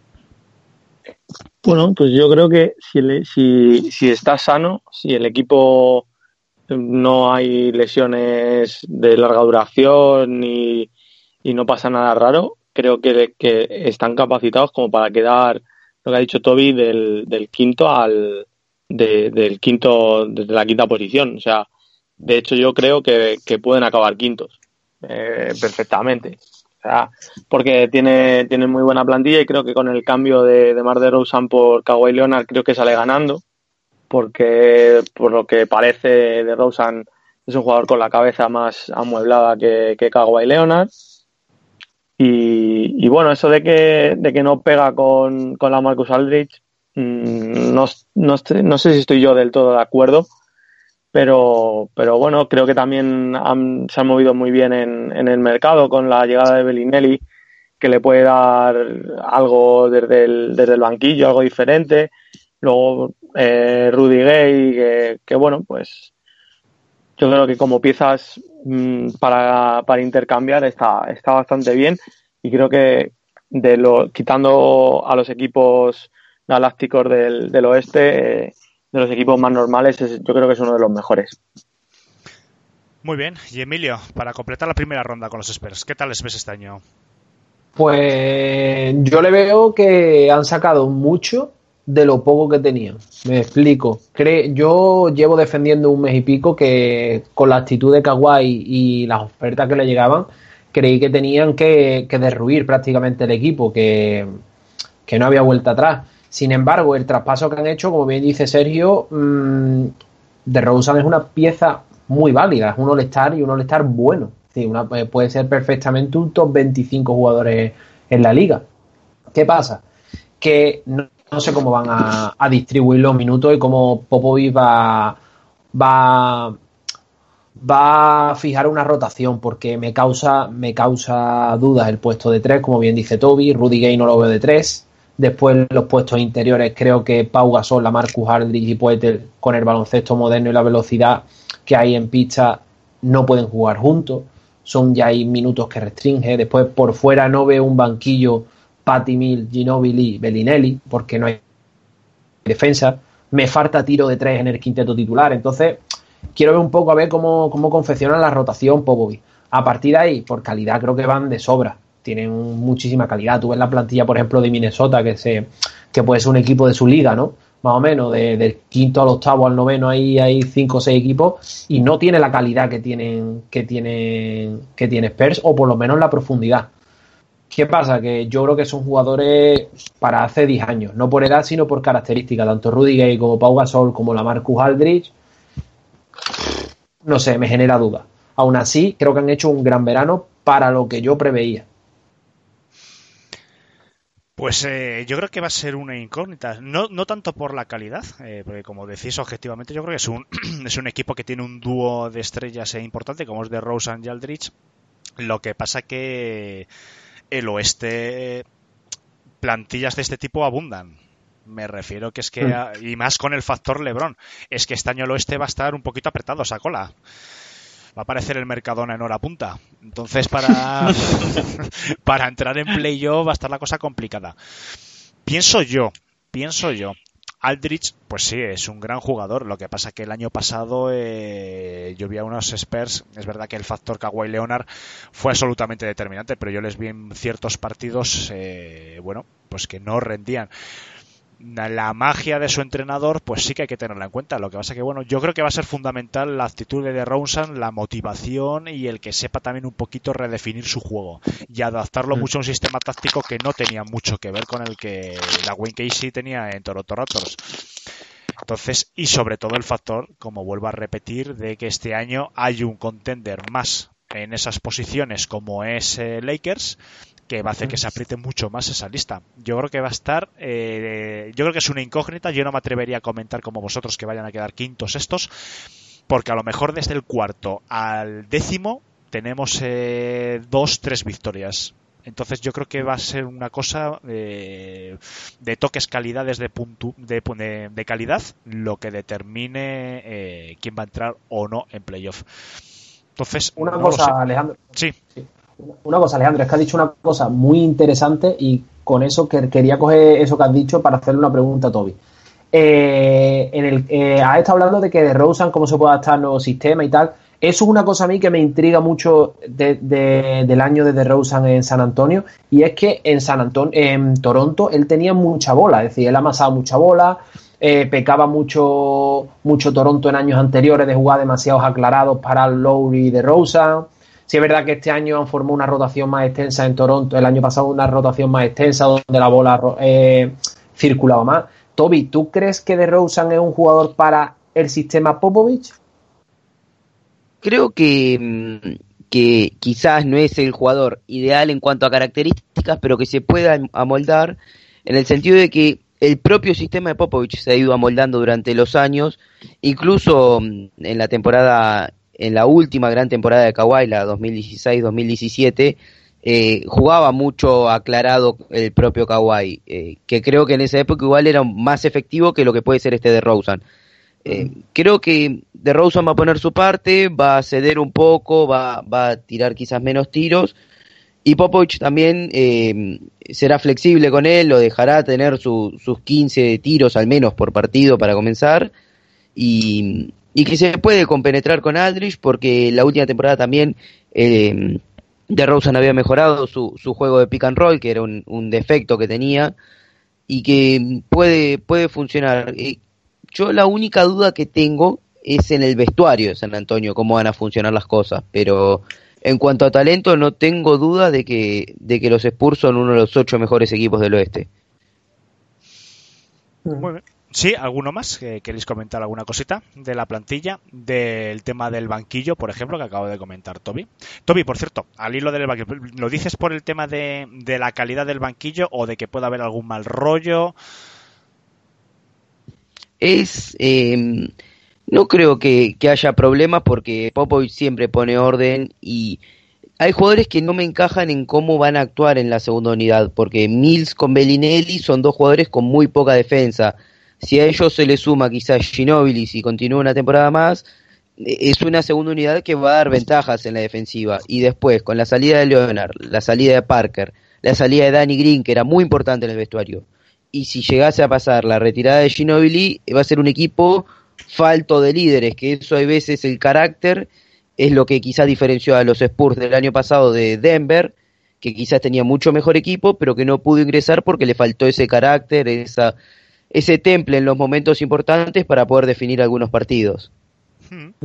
Bueno, pues yo creo que si, le, si, si está sano, si el equipo no hay lesiones de larga duración ni, y no pasa nada raro, creo que, que están capacitados como para quedar, lo que ha dicho Toby, del, del quinto al de, del quinto desde la quinta posición. O sea, de hecho yo creo que, que pueden acabar quintos eh, perfectamente. O sea, porque tiene, tiene muy buena plantilla y creo que con el cambio de, de Mar DeRozan por Kawhi Leonard creo que sale ganando, porque por lo que parece DeRozan es un jugador con la cabeza más amueblada que, que Kawhi Leonard. Y, y bueno, eso de que, de que no pega con, con la Marcus Aldridge, mmm, no, no, no sé si estoy yo del todo de acuerdo, pero, pero bueno, creo que también han, se han movido muy bien en, en el mercado con la llegada de Bellinelli, que le puede dar algo desde el, desde el banquillo, algo diferente. Luego eh, Rudy Gay, que, que bueno, pues yo creo que como piezas mmm, para, para intercambiar está, está bastante bien, y creo que de lo, quitando a los equipos galácticos del, del oeste, eh, de los equipos más normales, es, yo creo que es uno de los mejores. Muy bien. Y Emilio, para completar la primera ronda con los Spurs, ¿qué tal les ves este año? Pues yo le veo que han sacado mucho de lo poco que tenían. Me explico. Cre- yo llevo defendiendo un mes y pico que con la actitud de Kawhi y las ofertas que le llegaban, creí que tenían que, que derruir prácticamente el equipo, que, que no había vuelta atrás. Sin embargo, el traspaso que han hecho, como bien dice Sergio, mmm, DeRozan es una pieza muy válida, es un All-Star y un All-Star bueno. Sí, una, puede ser perfectamente un top veinticinco jugadores en la liga. ¿Qué pasa? Que no, no sé cómo van a, a distribuir los minutos y cómo Popovich va, va, va a fijar una rotación, porque me causa, me causa dudas el puesto de tres, como bien dice Toby. Rudy Gay no lo veo de tres. Después los puestos interiores, creo que Pau Gasol, Lamarcus Aldridge y Poeltl, con el baloncesto moderno y la velocidad que hay en pista, no pueden jugar juntos. Son ya hay minutos que restringe. Después por fuera no veo un banquillo Patty Mills, Ginobili, Bellinelli, porque no hay defensa. Me falta tiro de tres en el quinteto titular. Entonces quiero ver un poco a ver cómo, cómo confeccionan la rotación Popovich. A partir de ahí, por calidad creo que van de sobra. Tienen muchísima calidad. Tú ves la plantilla, por ejemplo, de Minnesota, que se que puede ser un equipo de su liga, ¿no? Más o menos, de, del quinto al octavo al noveno, ahí hay cinco o seis equipos, y no tiene la calidad que tienen, que tienen, que tiene Spurs, o por lo menos la profundidad. ¿Qué pasa? Que yo creo que son jugadores para hace diez años, no por edad, sino por características. Tanto Rudy Gay como Pau Gasol, como Lamarcus Aldridge, no sé, me genera duda. Aún así, creo que han hecho un gran verano para lo que yo preveía. Pues eh, yo creo que va a ser una incógnita, no, no tanto por la calidad, eh, porque como decís objetivamente, yo creo que es un, es un equipo que tiene un dúo de estrellas importante, como es DeRozan y Aldridge. Lo que pasa que el oeste, plantillas de este tipo abundan. Me refiero que es que, y más con el factor LeBron, es que este año el oeste va a estar un poquito apretado esa cola. Va a aparecer el Mercadona en hora punta. Entonces, para, para entrar en playoff va a estar la cosa complicada. Pienso yo, pienso yo. Aldridge, pues sí, es un gran jugador. Lo que pasa que el año pasado eh, yo vi a unos Spurs. Es verdad que el factor Kawhi Leonard fue absolutamente determinante, pero yo les vi en ciertos partidos, eh, bueno, pues que no rendían. La magia de su entrenador, pues sí que hay que tenerla en cuenta. Lo que pasa que, bueno, yo creo que va a ser fundamental la actitud de DeRozan, la motivación y el que sepa también un poquito redefinir su juego y adaptarlo mucho a un sistema táctico que no tenía mucho que ver con el que la Wayne Casey tenía en Toronto Raptors. Entonces, y sobre todo el factor, como vuelvo a repetir, de que este año hay un contender más en esas posiciones como es eh, Lakers, que va a hacer que se apriete mucho más esa lista. Yo creo que va a estar, eh, yo creo que es una incógnita. Yo no me atrevería a comentar como vosotros que vayan a quedar quintos estos, porque a lo mejor desde el cuarto al décimo tenemos eh, dos, tres victorias. Entonces yo creo que va a ser una cosa eh, de toques, calidades de, puntu, de, de, de calidad, lo que determine eh, quién va a entrar o no en playoff. Entonces, una no cosa, Alejandro. Sí. sí. Una cosa, Alejandro, es que has dicho una cosa muy interesante y con eso que quería coger eso que has dicho para hacerle una pregunta a Toby. Eh, en el, eh, has estado hablando de que DeRozan, cómo se puede adaptar al nuevo sistema y tal. Eso es una cosa a mí que me intriga mucho de, de, del año de DeRozan en San Antonio, y es que en San Antonio, en Toronto, él tenía mucha bola, es decir, él amasaba mucha bola, eh, pecaba mucho, mucho Toronto en años anteriores de jugar demasiados aclarados para Lowry y DeRozan. Sí es verdad que este año han formado una rotación más extensa en Toronto, el año pasado una rotación más extensa donde la bola eh, circulaba más. Toby, ¿tú crees que DeRozan es un jugador para el sistema Popovich? Creo que, que quizás no es el jugador ideal en cuanto a características, pero que se pueda amoldar en el sentido de que el propio sistema de Popovich se ha ido amoldando durante los años, incluso en la temporada... En la última gran temporada de Kawhi, la dos mil dieciséis dos mil diecisiete, eh, jugaba mucho aclarado el propio Kawhi, eh, que creo que en esa época igual era más efectivo que lo que puede ser este DeRozan. Eh, mm. Creo que DeRozan va a poner su parte, va a ceder un poco, va, va a tirar quizás menos tiros, y Popovich también eh, será flexible con él, lo dejará tener su, sus quince tiros al menos por partido para comenzar, y... Y que se puede compenetrar con Aldridge porque la última temporada también eh, DeRozan había mejorado su, su juego de pick and roll, que era un, un defecto que tenía, y que puede, puede funcionar. Eh, yo la única duda que tengo es en el vestuario de San Antonio, cómo van a funcionar las cosas, pero en cuanto a talento no tengo duda de que, de que los Spurs son uno de los ocho mejores equipos del oeste. Muy bien. Sí, ¿alguno más? que ¿Queréis comentar alguna cosita de la plantilla? Del tema del banquillo, por ejemplo, que acabo de comentar Toby. Toby, por cierto, al hilo del banquillo, ¿lo dices por el tema de, de la calidad del banquillo o de que pueda haber algún mal rollo? Es... Eh, no creo que, que haya problemas porque Popovich siempre pone orden y hay jugadores que no me encajan en cómo van a actuar en la segunda unidad, porque Mills con Bellinelli son dos jugadores con muy poca defensa. Si a ellos se le suma quizás Ginobili y continúa una temporada más, es una segunda unidad que va a dar ventajas en la defensiva. Y después, con la salida de Leonard, la salida de Parker, la salida de Danny Green, que era muy importante en el vestuario, y si llegase a pasar la retirada de Ginobili, va a ser un equipo falto de líderes, que eso hay veces el carácter es lo que quizás diferenció a los Spurs del año pasado de Denver, que quizás tenía mucho mejor equipo, pero que no pudo ingresar porque le faltó ese carácter, esa... ese temple en los momentos importantes para poder definir algunos partidos. Hmm.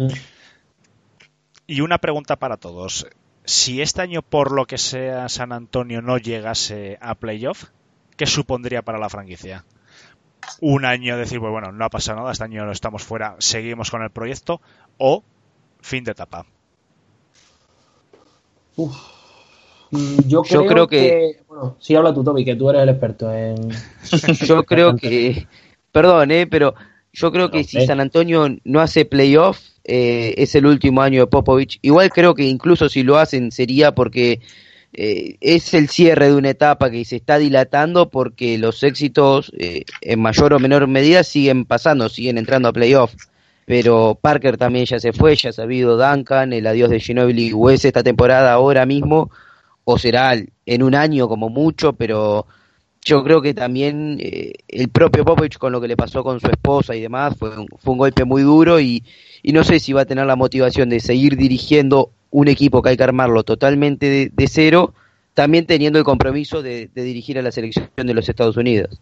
Y una pregunta para todos. Si este año, por lo que sea, San Antonio no llegase a playoff, ¿qué supondría para la franquicia? Un año decir, pues bueno, no ha pasado nada, este año no estamos fuera, seguimos con el proyecto, o fin de etapa. Uf. Yo creo, Yo creo que... que... Bueno, sí, habla tú, Toby, que tú eres el experto en... Yo creo que... Perdón, eh, pero yo creo que si San Antonio no hace playoff, eh, es el último año de Popovich. Igual creo que incluso si lo hacen sería porque eh, es el cierre de una etapa que se está dilatando porque los éxitos eh, en mayor o menor medida siguen pasando, siguen entrando a playoff. Pero Parker también ya se fue, ya ha sabido Duncan, el adiós de Ginobili, o es esta temporada ahora mismo, o será en un año como mucho, pero yo creo que también eh, el propio Popovich con lo que le pasó con su esposa y demás fue un, fue un golpe muy duro y, y no sé si va a tener la motivación de seguir dirigiendo un equipo que hay que armarlo totalmente de, de cero, también teniendo el compromiso de, de dirigir a la selección de los Estados Unidos.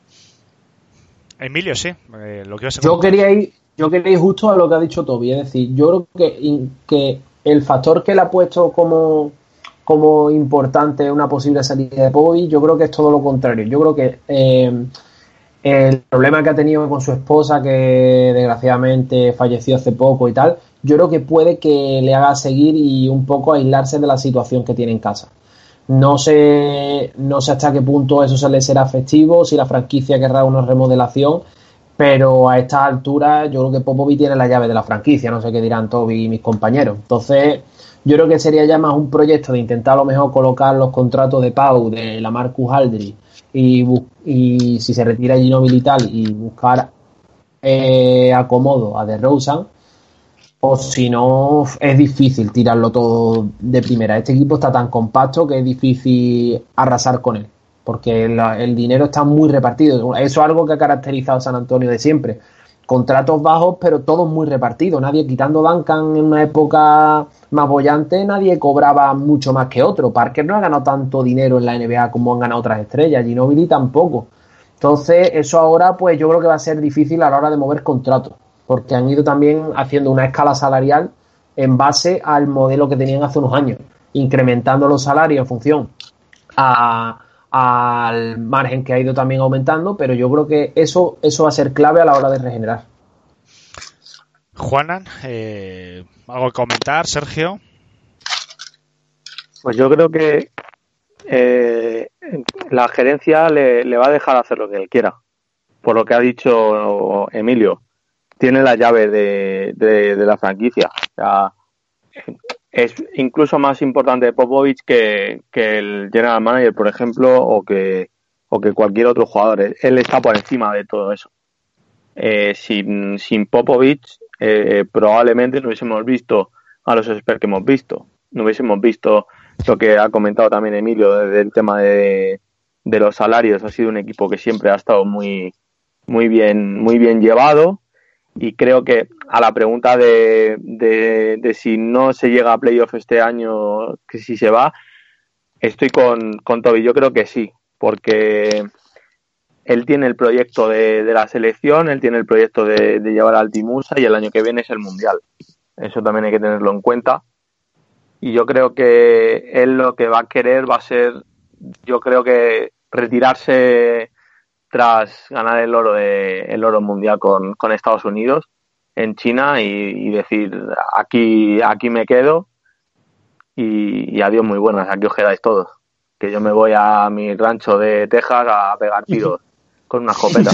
Emilio, sí, eh, lo que vas a Yo quería ir Yo quería ir justo a lo que ha dicho Toby, es decir, yo creo que, que el factor que le ha puesto como, como importante una posible salida de Popovich, yo creo que es todo lo contrario. Yo creo que eh, el problema que ha tenido con su esposa, que desgraciadamente falleció hace poco y tal, yo creo que puede que le haga seguir y un poco aislarse de la situación que tiene en casa. No sé, no sé hasta qué punto eso se le será efectivo, si la franquicia querrá una remodelación, pero a estas alturas yo creo que Popovich tiene la llave de la franquicia, no sé qué dirán Toby y mis compañeros. Entonces, yo creo que sería ya más un proyecto de intentar a lo mejor colocar los contratos de Pau, de la Marcus Aldridge, y, y si se retira Ginobili y tal, y buscar eh, acomodo a DeRozan, o si no, es difícil tirarlo todo de primera. Este equipo está tan compacto que es difícil arrasar con él, porque la, el dinero está muy repartido. Eso es algo que ha caracterizado a San Antonio de siempre. Contratos bajos, pero todos muy repartidos. Nadie, quitando Duncan en una época más bollante, nadie cobraba mucho más que otro. Parker no ha ganado tanto dinero en la N B A como han ganado otras estrellas. Ginobili tampoco. Entonces, eso ahora, pues yo creo que va a ser difícil a la hora de mover contratos, porque han ido también haciendo una escala salarial en base al modelo que tenían hace unos años, incrementando los salarios en función a al margen que ha ido también aumentando, pero yo creo que eso eso va a ser clave a la hora de regenerar. Juanan, eh, ¿algo que comentar, Sergio? Pues yo creo que eh, la gerencia le, le va a dejar hacer lo que él quiera. Por lo que ha dicho Emilio, tiene la llave de, de, de la franquicia. O sea, es incluso más importante Popovich que, que el general manager, por ejemplo, o que, o que cualquier otro jugador. Él está por encima de todo eso. Eh, sin, sin Popovich, eh, probablemente no hubiésemos visto a los Spurs que hemos visto. No hubiésemos visto lo que ha comentado también Emilio del tema de, de los salarios. Ha sido un equipo que siempre ha estado muy, muy bien, muy bien llevado. Y creo que a la pregunta de, de, de si no se llega a playoff este año, que si se va, estoy con, con Toby. Yo creo que sí, porque él tiene el proyecto de, de la selección, él tiene el proyecto de, de llevar al Timusa y el año que viene es el Mundial. Eso también hay que tenerlo en cuenta. Y yo creo que él lo que va a querer va a ser, yo creo que retirarse tras ganar el oro de el oro mundial con, con Estados Unidos en China y, y decir aquí aquí me quedo y, y adiós muy buenas, aquí os quedáis todos, que yo me voy a mi rancho de Texas a pegar tiros con una escopeta.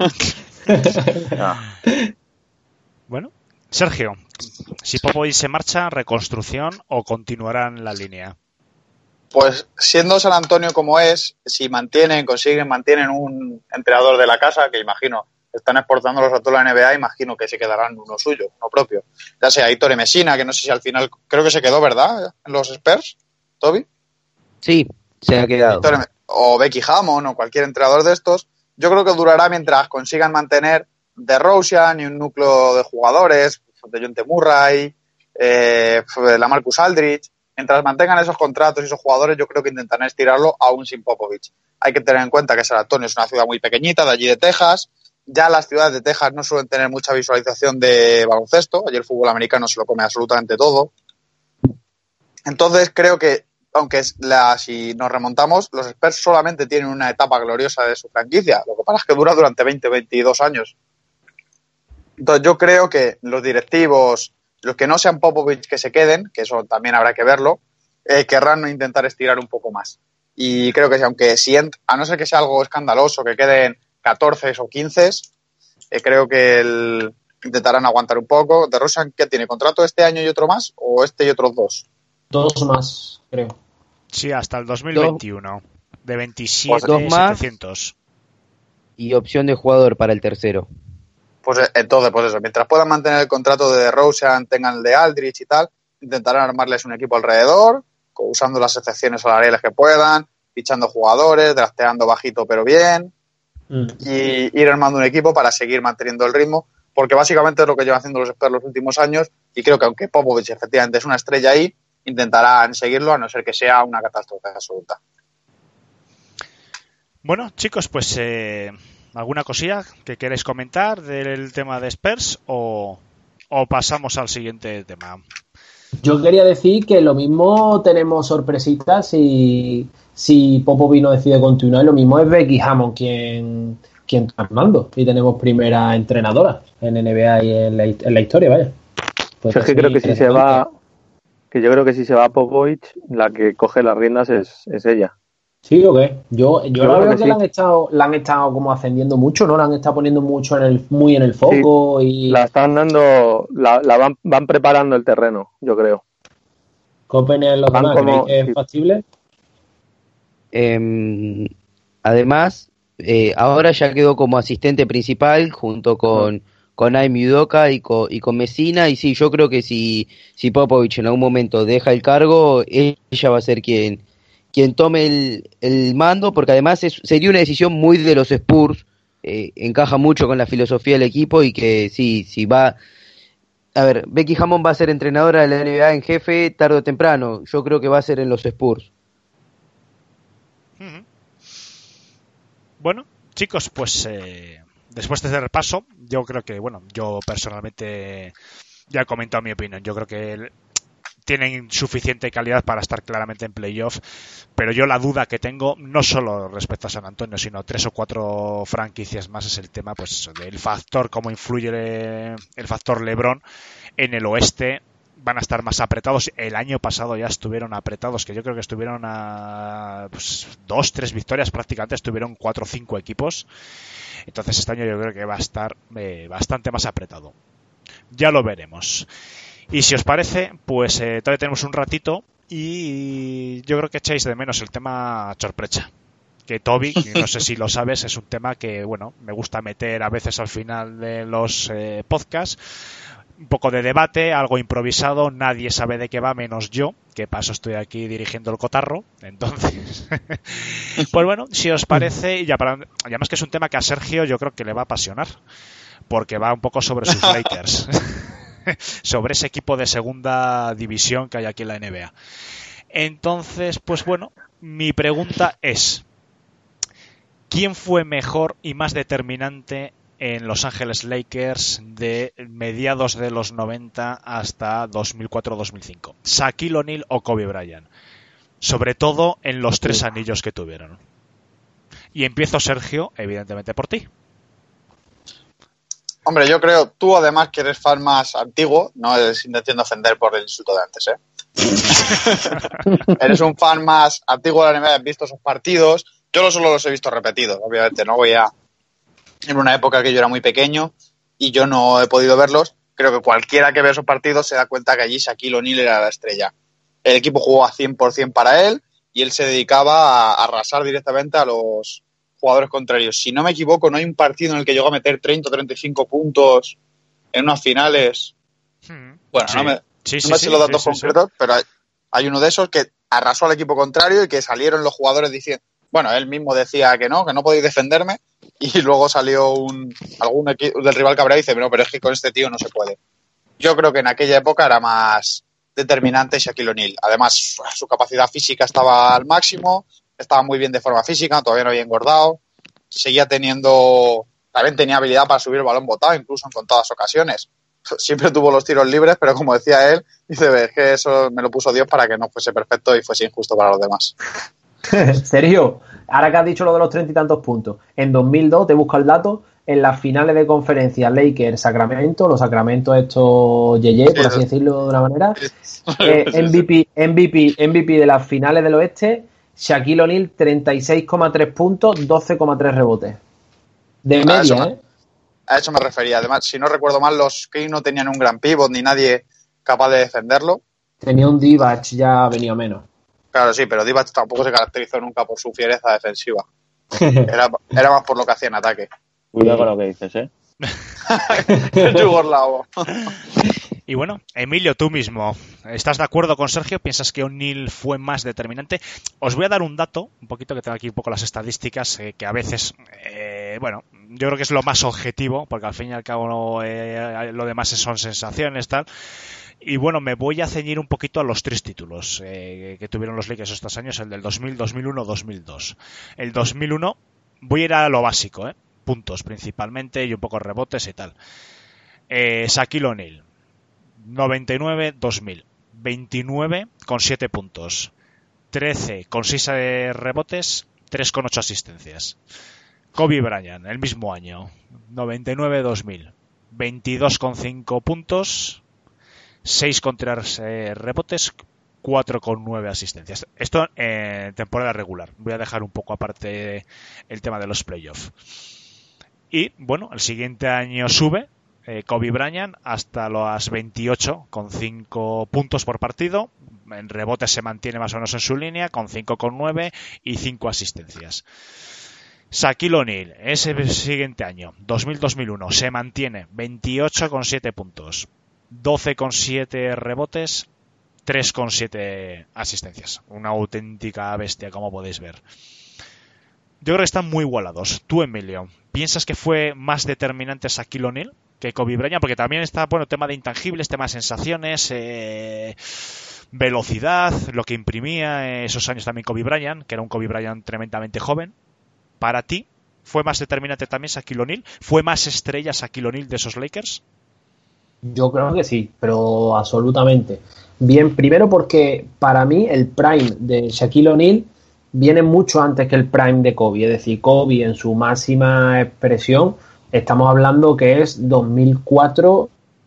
Ah. Bueno, Sergio, si Popovich se marcha, ¿reconstrucción o continuarán la línea? Pues siendo San Antonio como es, si mantienen, consiguen, mantienen un entrenador de la casa, que imagino están exportándolos a toda la N B A, imagino que se quedarán uno suyo, uno propio. Ya sea Ettore Messina, que no sé si al final, creo que se quedó, ¿verdad? En los Spurs, Toby. Sí, se ha quedado. Ettore, o Becky Hammond, o cualquier entrenador de estos. Yo creo que durará mientras consigan mantener DeRozan y un núcleo de jugadores, de John T. Murray, eh, la Marcus Aldridge. Mientras mantengan esos contratos y esos jugadores, yo creo que intentarán estirarlo aún sin Popovich. Hay que tener en cuenta que San Antonio es una ciudad muy pequeñita, de allí de Texas. Ya las ciudades de Texas no suelen tener mucha visualización de baloncesto. Allí el fútbol americano se lo come absolutamente todo. Entonces creo que, aunque la, si nos remontamos, los Spurs solamente tienen una etapa gloriosa de su franquicia. Lo que pasa es que dura durante veinte, veintidós años. Entonces yo creo que los directivos, los que no sean Popovich que se queden, que eso también habrá que verlo, eh, querrán intentar estirar un poco más. Y creo que si, aunque si, a no ser que sea algo escandaloso, que queden catorce o quince, eh, creo que el, intentarán aguantar un poco. DeRozan, ¿qué tiene? ¿Contrato este año y otro más? ¿O este y otros dos? Dos más, creo. Sí, hasta el dos mil veintiuno. Dos, de veintisiete dos más setecientos. Y opción de jugador para el tercero. Pues entonces, pues eso, mientras puedan mantener el contrato de DeRozan, tengan el de Aldridge y tal, intentarán armarles un equipo alrededor, usando las excepciones salariales que puedan, fichando jugadores, drafteando bajito pero bien, mm. y ir armando un equipo para seguir manteniendo el ritmo, porque básicamente es lo que llevan haciendo los Spurs los últimos años, y creo que aunque Popovich efectivamente es una estrella ahí, intentarán seguirlo a no ser que sea una catástrofe absoluta. Bueno, chicos, pues eh, ¿alguna cosilla que queréis comentar del tema de Spurs o, o pasamos al siguiente tema? Yo quería decir que lo mismo tenemos sorpresitas si, si Popovich no decide continuar, lo mismo es Becky Hammond quien, quien está armando y tenemos primera entrenadora en N B A y en la, en la historia, vaya. Pues es que creo que si se va, que yo creo que si se va Popovich, la que coge las riendas es, es ella. ¿Sí o qué? Yo, yo, yo la veo que, que sí. la han estado, la han estado como ascendiendo mucho, ¿no? La han estado poniendo mucho en el, muy en el foco sí, y. La están dando, la, la van, van preparando el terreno, yo creo. ¿Qué opinan los demás? Como, ¿Creéis que es factible? Eh, además, eh, ahora ya quedó como asistente principal junto con, uh-huh. con Ime Udoka y con, y con Messina, y sí, yo creo que si, si Popovich en algún momento deja el cargo, ella va a ser quien. quien tome el, el mando, porque además es, sería una decisión muy de los Spurs, eh, encaja mucho con la filosofía del equipo y que sí, sí va... A ver, Becky Hammond va a ser entrenadora de la N B A en jefe tarde o temprano, yo creo que va a ser en los Spurs. Uh-huh. Bueno, chicos, pues eh, después de este repaso, yo creo que, bueno, yo personalmente ya he comentado mi opinión, yo creo que... El, tienen suficiente calidad para estar claramente en playoff, pero yo la duda que tengo, no solo respecto a San Antonio, sino tres o cuatro franquicias más, es el tema pues del factor, cómo influye el factor LeBron en el oeste. Van a estar más apretados. El año pasado ya estuvieron apretados, que yo creo que estuvieron a pues, dos, tres victorias, prácticamente estuvieron cuatro o cinco equipos. Entonces este año yo creo que va a estar eh, bastante más apretado. Ya lo veremos. Y si os parece, pues eh, todavía tenemos un ratito y yo creo que echáis de menos el tema sorpresa. Que Toby, no sé si lo sabes, es un tema que, bueno, me gusta meter a veces al final de los eh, podcasts. Un poco de debate, algo improvisado, nadie sabe de qué va menos yo, que paso estoy aquí dirigiendo el cotarro. Entonces, pues bueno, si os parece, y ya para, además que es un tema que a Sergio yo creo que le va a apasionar, porque va un poco sobre sus Lakers. Sobre ese equipo de segunda división que hay aquí en la N B A. Entonces, pues bueno, mi pregunta es: ¿quién fue mejor y más determinante en Los Ángeles Lakers de mediados de los noventa hasta dos mil cuatro dos mil cinco? ¿Shaquille O'Neal o Kobe Bryant? Sobre todo en los tres anillos que tuvieron. Y empiezo, Sergio, evidentemente por ti. Hombre, yo creo, tú además que eres fan más antiguo, no es intentando ofender por el insulto de antes, ¿eh? Eres un fan más antiguo de la N B A, has visto esos partidos. Yo solo los he visto repetidos, obviamente, no voy a... En una época que yo era muy pequeño y yo no he podido verlos. Creo que cualquiera que ve esos partidos se da cuenta que allí Shaquille O'Neal era la estrella. El equipo jugó a cien por ciento para él y él se dedicaba a arrasar directamente a los... jugadores contrarios. Si no me equivoco, no hay un partido en el que llegó a meter treinta o treinta y cinco puntos en unas finales. Hmm. Bueno, sí. no me, sí, no me sí, sé sí, los datos sí, concretos, sí. pero hay, hay uno de esos que arrasó al equipo contrario y que salieron los jugadores diciendo, bueno, él mismo decía que no, que no podéis defenderme, y luego salió un algún equipo del rival cabreado y dice, no, pero es que con este tío no se puede. Yo creo que en aquella época era más determinante Shaquille O'Neal. Además, su capacidad física estaba al máximo, estaba muy bien de forma física, todavía no había engordado, seguía teniendo, también tenía habilidad para subir el balón botado, incluso en contadas ocasiones. Siempre tuvo los tiros libres, pero como decía él, dice, es que eso me lo puso Dios para que no fuese perfecto y fuese injusto para los demás. Sergio, ahora que has dicho lo de los treinta y tantos puntos, en dos mil dos, te busco el dato, en las finales de conferencia Lakers-Sacramento, los Sacramento estos Yeye, sí, por así decirlo de una manera, eh, M V P, M V P, M V P de las finales del oeste, Shaquille O'Neal, treinta y seis coma tres puntos, doce coma tres rebotes. De media, a eso, ¿eh? A eso me refería. Además, si no recuerdo mal, los Kings no tenían un gran pivot ni nadie capaz de defenderlo. Tenía un Divac, ya venía menos. Claro, sí, pero Divac tampoco se caracterizó nunca por su fiereza defensiva. Era, era más por lo que hacía en ataque. Cuidado con lo que dices, ¿eh? Yugoslavo. Y bueno, Emilio, tú mismo, ¿estás de acuerdo con Sergio? ¿Piensas que O'Neill fue más determinante? Os voy a dar un dato, un poquito que tengo aquí un poco las estadísticas, eh, que a veces, eh, bueno, yo creo que es lo más objetivo, porque al fin y al cabo no, eh, lo demás son sensaciones, tal. Y bueno, me voy a ceñir un poquito a los tres títulos eh, que tuvieron los Lakers estos años, el del dos mil, dos mil uno, dos mil dos. El dos mil uno, voy a ir a lo básico, eh, puntos principalmente y un poco rebotes y tal. Eh, Shaquille O'Neal. noventa y nueve dos mil, veintinueve con siete puntos, trece con seis rebotes, tres con ocho asistencias. Kobe Bryant, el mismo año, noventa y nueve dos mil, veintidós con cinco puntos, seis con tres eh, rebotes, cuatro con nueve asistencias. Esto en eh, temporada regular. Voy a dejar un poco aparte el tema de los playoffs. Y bueno, el siguiente año sube Eh, Kobe Bryant hasta los veintiocho con cinco puntos por partido. En rebotes se mantiene más o menos en su línea con cinco con nueve y cinco asistencias. Shaquille O'Neal ese siguiente año, dos mil dos mil uno, se mantiene veintiocho con siete puntos, doce con siete rebotes, tres con siete asistencias. Una auténtica bestia, como podéis ver. Yo creo que están muy igualados. Tú, Emilio, ¿piensas que fue más determinante Shaquille O'Neal que Kobe Bryant? Porque también está, bueno, tema de intangibles, tema de sensaciones, eh, velocidad, lo que imprimía esos años también Kobe Bryant, que era un Kobe Bryant tremendamente joven. Para ti, ¿fue más determinante también Shaquille O'Neal? ¿Fue más estrella Shaquille O'Neal de esos Lakers? Yo creo que sí, pero absolutamente. Bien, primero porque para mí el prime de Shaquille O'Neal viene mucho antes que el prime de Kobe. Es decir, Kobe en su máxima expresión, estamos hablando que es dos mil cuatro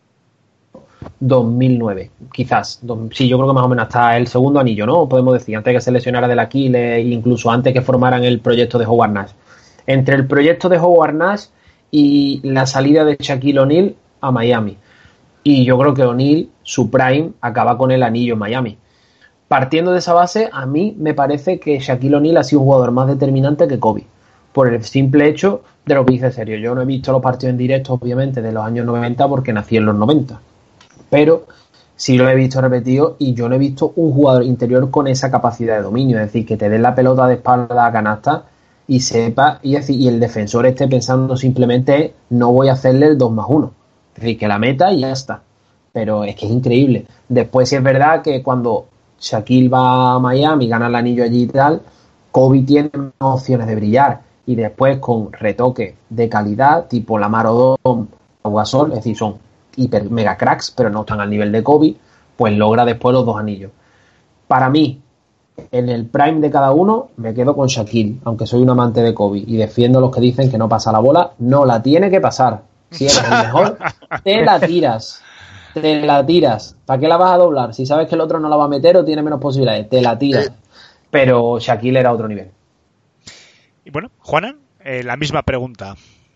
dos mil nueve, quizás. Sí, yo creo que más o menos hasta el segundo anillo, ¿no? Podemos decir, antes de que se lesionara del Aquiles, incluso antes que formaran el proyecto de Howard Nash. Entre el proyecto de Howard Nash y la salida de Shaquille O'Neal a Miami. Y yo creo que O'Neal, su prime, acaba con el anillo en Miami. Partiendo de esa base, a mí me parece que Shaquille O'Neal ha sido un jugador más determinante que Kobe. Por el simple hecho de lo que dice Sergio. Yo no he visto los partidos en directo, obviamente, de los años noventa, porque nací en los noventa. Pero sí lo he visto repetido y yo no he visto un jugador interior con esa capacidad de dominio. Es decir, que te den la pelota de espalda a canasta y sepa, y, decir, y el defensor esté pensando simplemente no voy a hacerle el dos más uno. Es decir, que la meta y ya está. Pero es que es increíble. Después sí es verdad que cuando Shaquille va a Miami, gana el anillo allí y tal, Kobe tiene más opciones de brillar. Y después con retoques de calidad, tipo Lamar Odom o Gasol, es decir, son hiper mega cracks, pero no están al nivel de Kobe, pues logra después los dos anillos. Para mí, en el prime de cada uno, me quedo con Shaquille, aunque soy un amante de Kobe y defiendo a los que dicen que no pasa la bola. No la tiene que pasar. Si eres el mejor, te la tiras. Te la tiras. ¿Para qué la vas a doblar? Si sabes que el otro no la va a meter o tiene menos posibilidades, te la tiras. Pero Shaquille era otro nivel. Y bueno, Juanan, eh, la misma pregunta.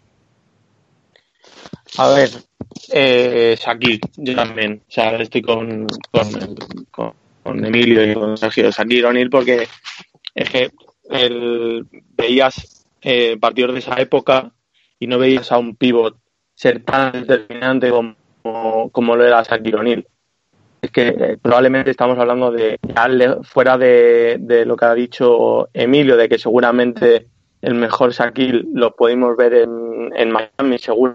A ver, eh, Shaquille, yo también. O sea, estoy con, con, con, con Emilio y con Sergio. Shaquille O'Neal, porque es que el, veías eh, partidos de esa época y no veías a un pívot ser tan determinante como, como lo era Shaquille O'Neal. Es que eh, probablemente estamos hablando de, fuera de, de lo que ha dicho Emilio, de que seguramente el mejor Shaquille lo pudimos ver en, en Miami, seguro.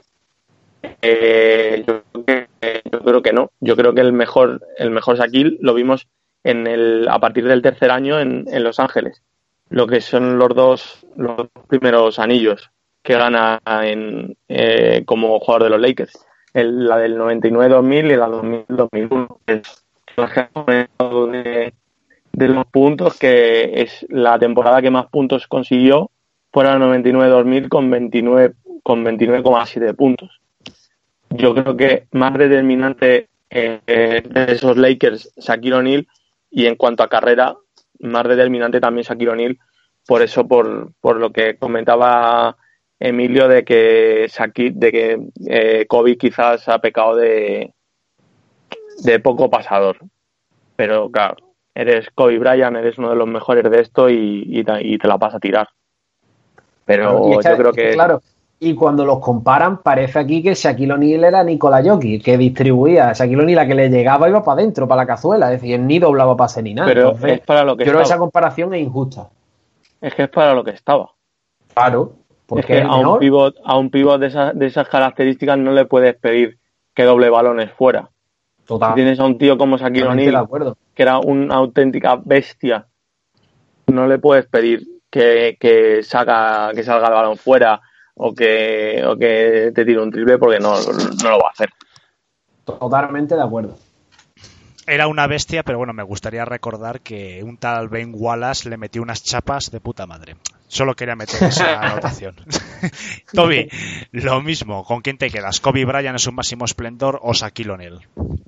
Eh, yo, creo que, yo creo que no. Yo creo que el mejor el mejor Shaquille lo vimos en el a partir del tercer año en, en Los Ángeles. Lo que son los dos los dos primeros anillos que gana en, eh, como jugador de los Lakers. El, la del noventa y nueve dos mil y la dos mil dos mil uno. Es de, de los puntos, que es la temporada que más puntos consiguió, fuera el noventa y nueve dos mil con veintinueve con veintinueve coma siete puntos. Yo creo que más determinante eh, de esos Lakers Shaquille O'Neal, y en cuanto a carrera más determinante también Shaquille O'Neal, por eso por, por lo que comentaba Emilio de que Shaquille, de que eh, Kobe quizás ha pecado de de poco pasador, pero claro, eres Kobe Bryant, eres uno de los mejores de esto y, y, te, y te la vas a tirar. Pero es que, yo creo que... Claro, y cuando los comparan, parece aquí que Shaquille O'Neal era Nikola Jokic, que distribuía. Shaquille O'Neal, la que le llegaba iba para adentro, para la cazuela, es decir, ni doblaba pase ni nada. Pero Entonces, es para lo que yo creo que estaba. esa comparación es injusta. Es que es para lo que estaba. Claro, porque es que a un pivot, a un pivot de esas, de esas características no le puedes pedir que doble balones fuera. Total. Si tienes a un tío como Shaquille O'Neal, que era una auténtica bestia, no le puedes pedir que, que, saca, que salga el balón fuera o que, o que te tire un triple porque no, no lo va a hacer. Totalmente de acuerdo. Era una bestia, pero bueno, me gustaría recordar que un tal Ben Wallace le metió unas chapas de puta madre. Solo quería meter esa anotación. Toby, lo mismo. ¿Con quién te quedas? ¿Kobe Bryant en su máximo esplendor o Shaquille O'Neal?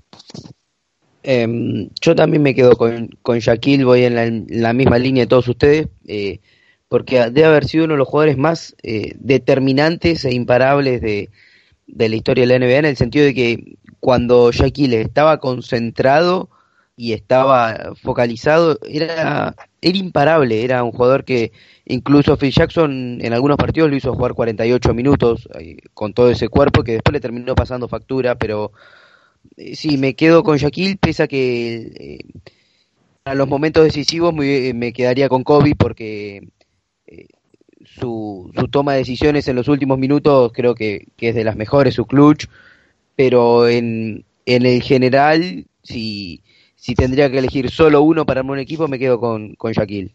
Eh, yo también me quedo con, con Shaquille, voy en la, en la misma línea de todos ustedes, eh, porque debe haber sido uno de los jugadores más eh, determinantes e imparables de, de la historia de la N B A, en el sentido de que cuando Shaquille estaba concentrado y estaba focalizado, era, era imparable, era un jugador que incluso Phil Jackson en algunos partidos lo hizo jugar cuarenta y ocho minutos eh, con todo ese cuerpo, que después le terminó pasando factura, pero eh, sí, me quedo con Shaquille, pese a que eh, a los momentos decisivos me, me quedaría con Kobe, porque eh, su, su toma de decisiones en los últimos minutos creo que, que es de las mejores, su clutch, pero en, en el general, si, si tendría que elegir solo uno para armar un equipo, me quedo con, con Shaquille.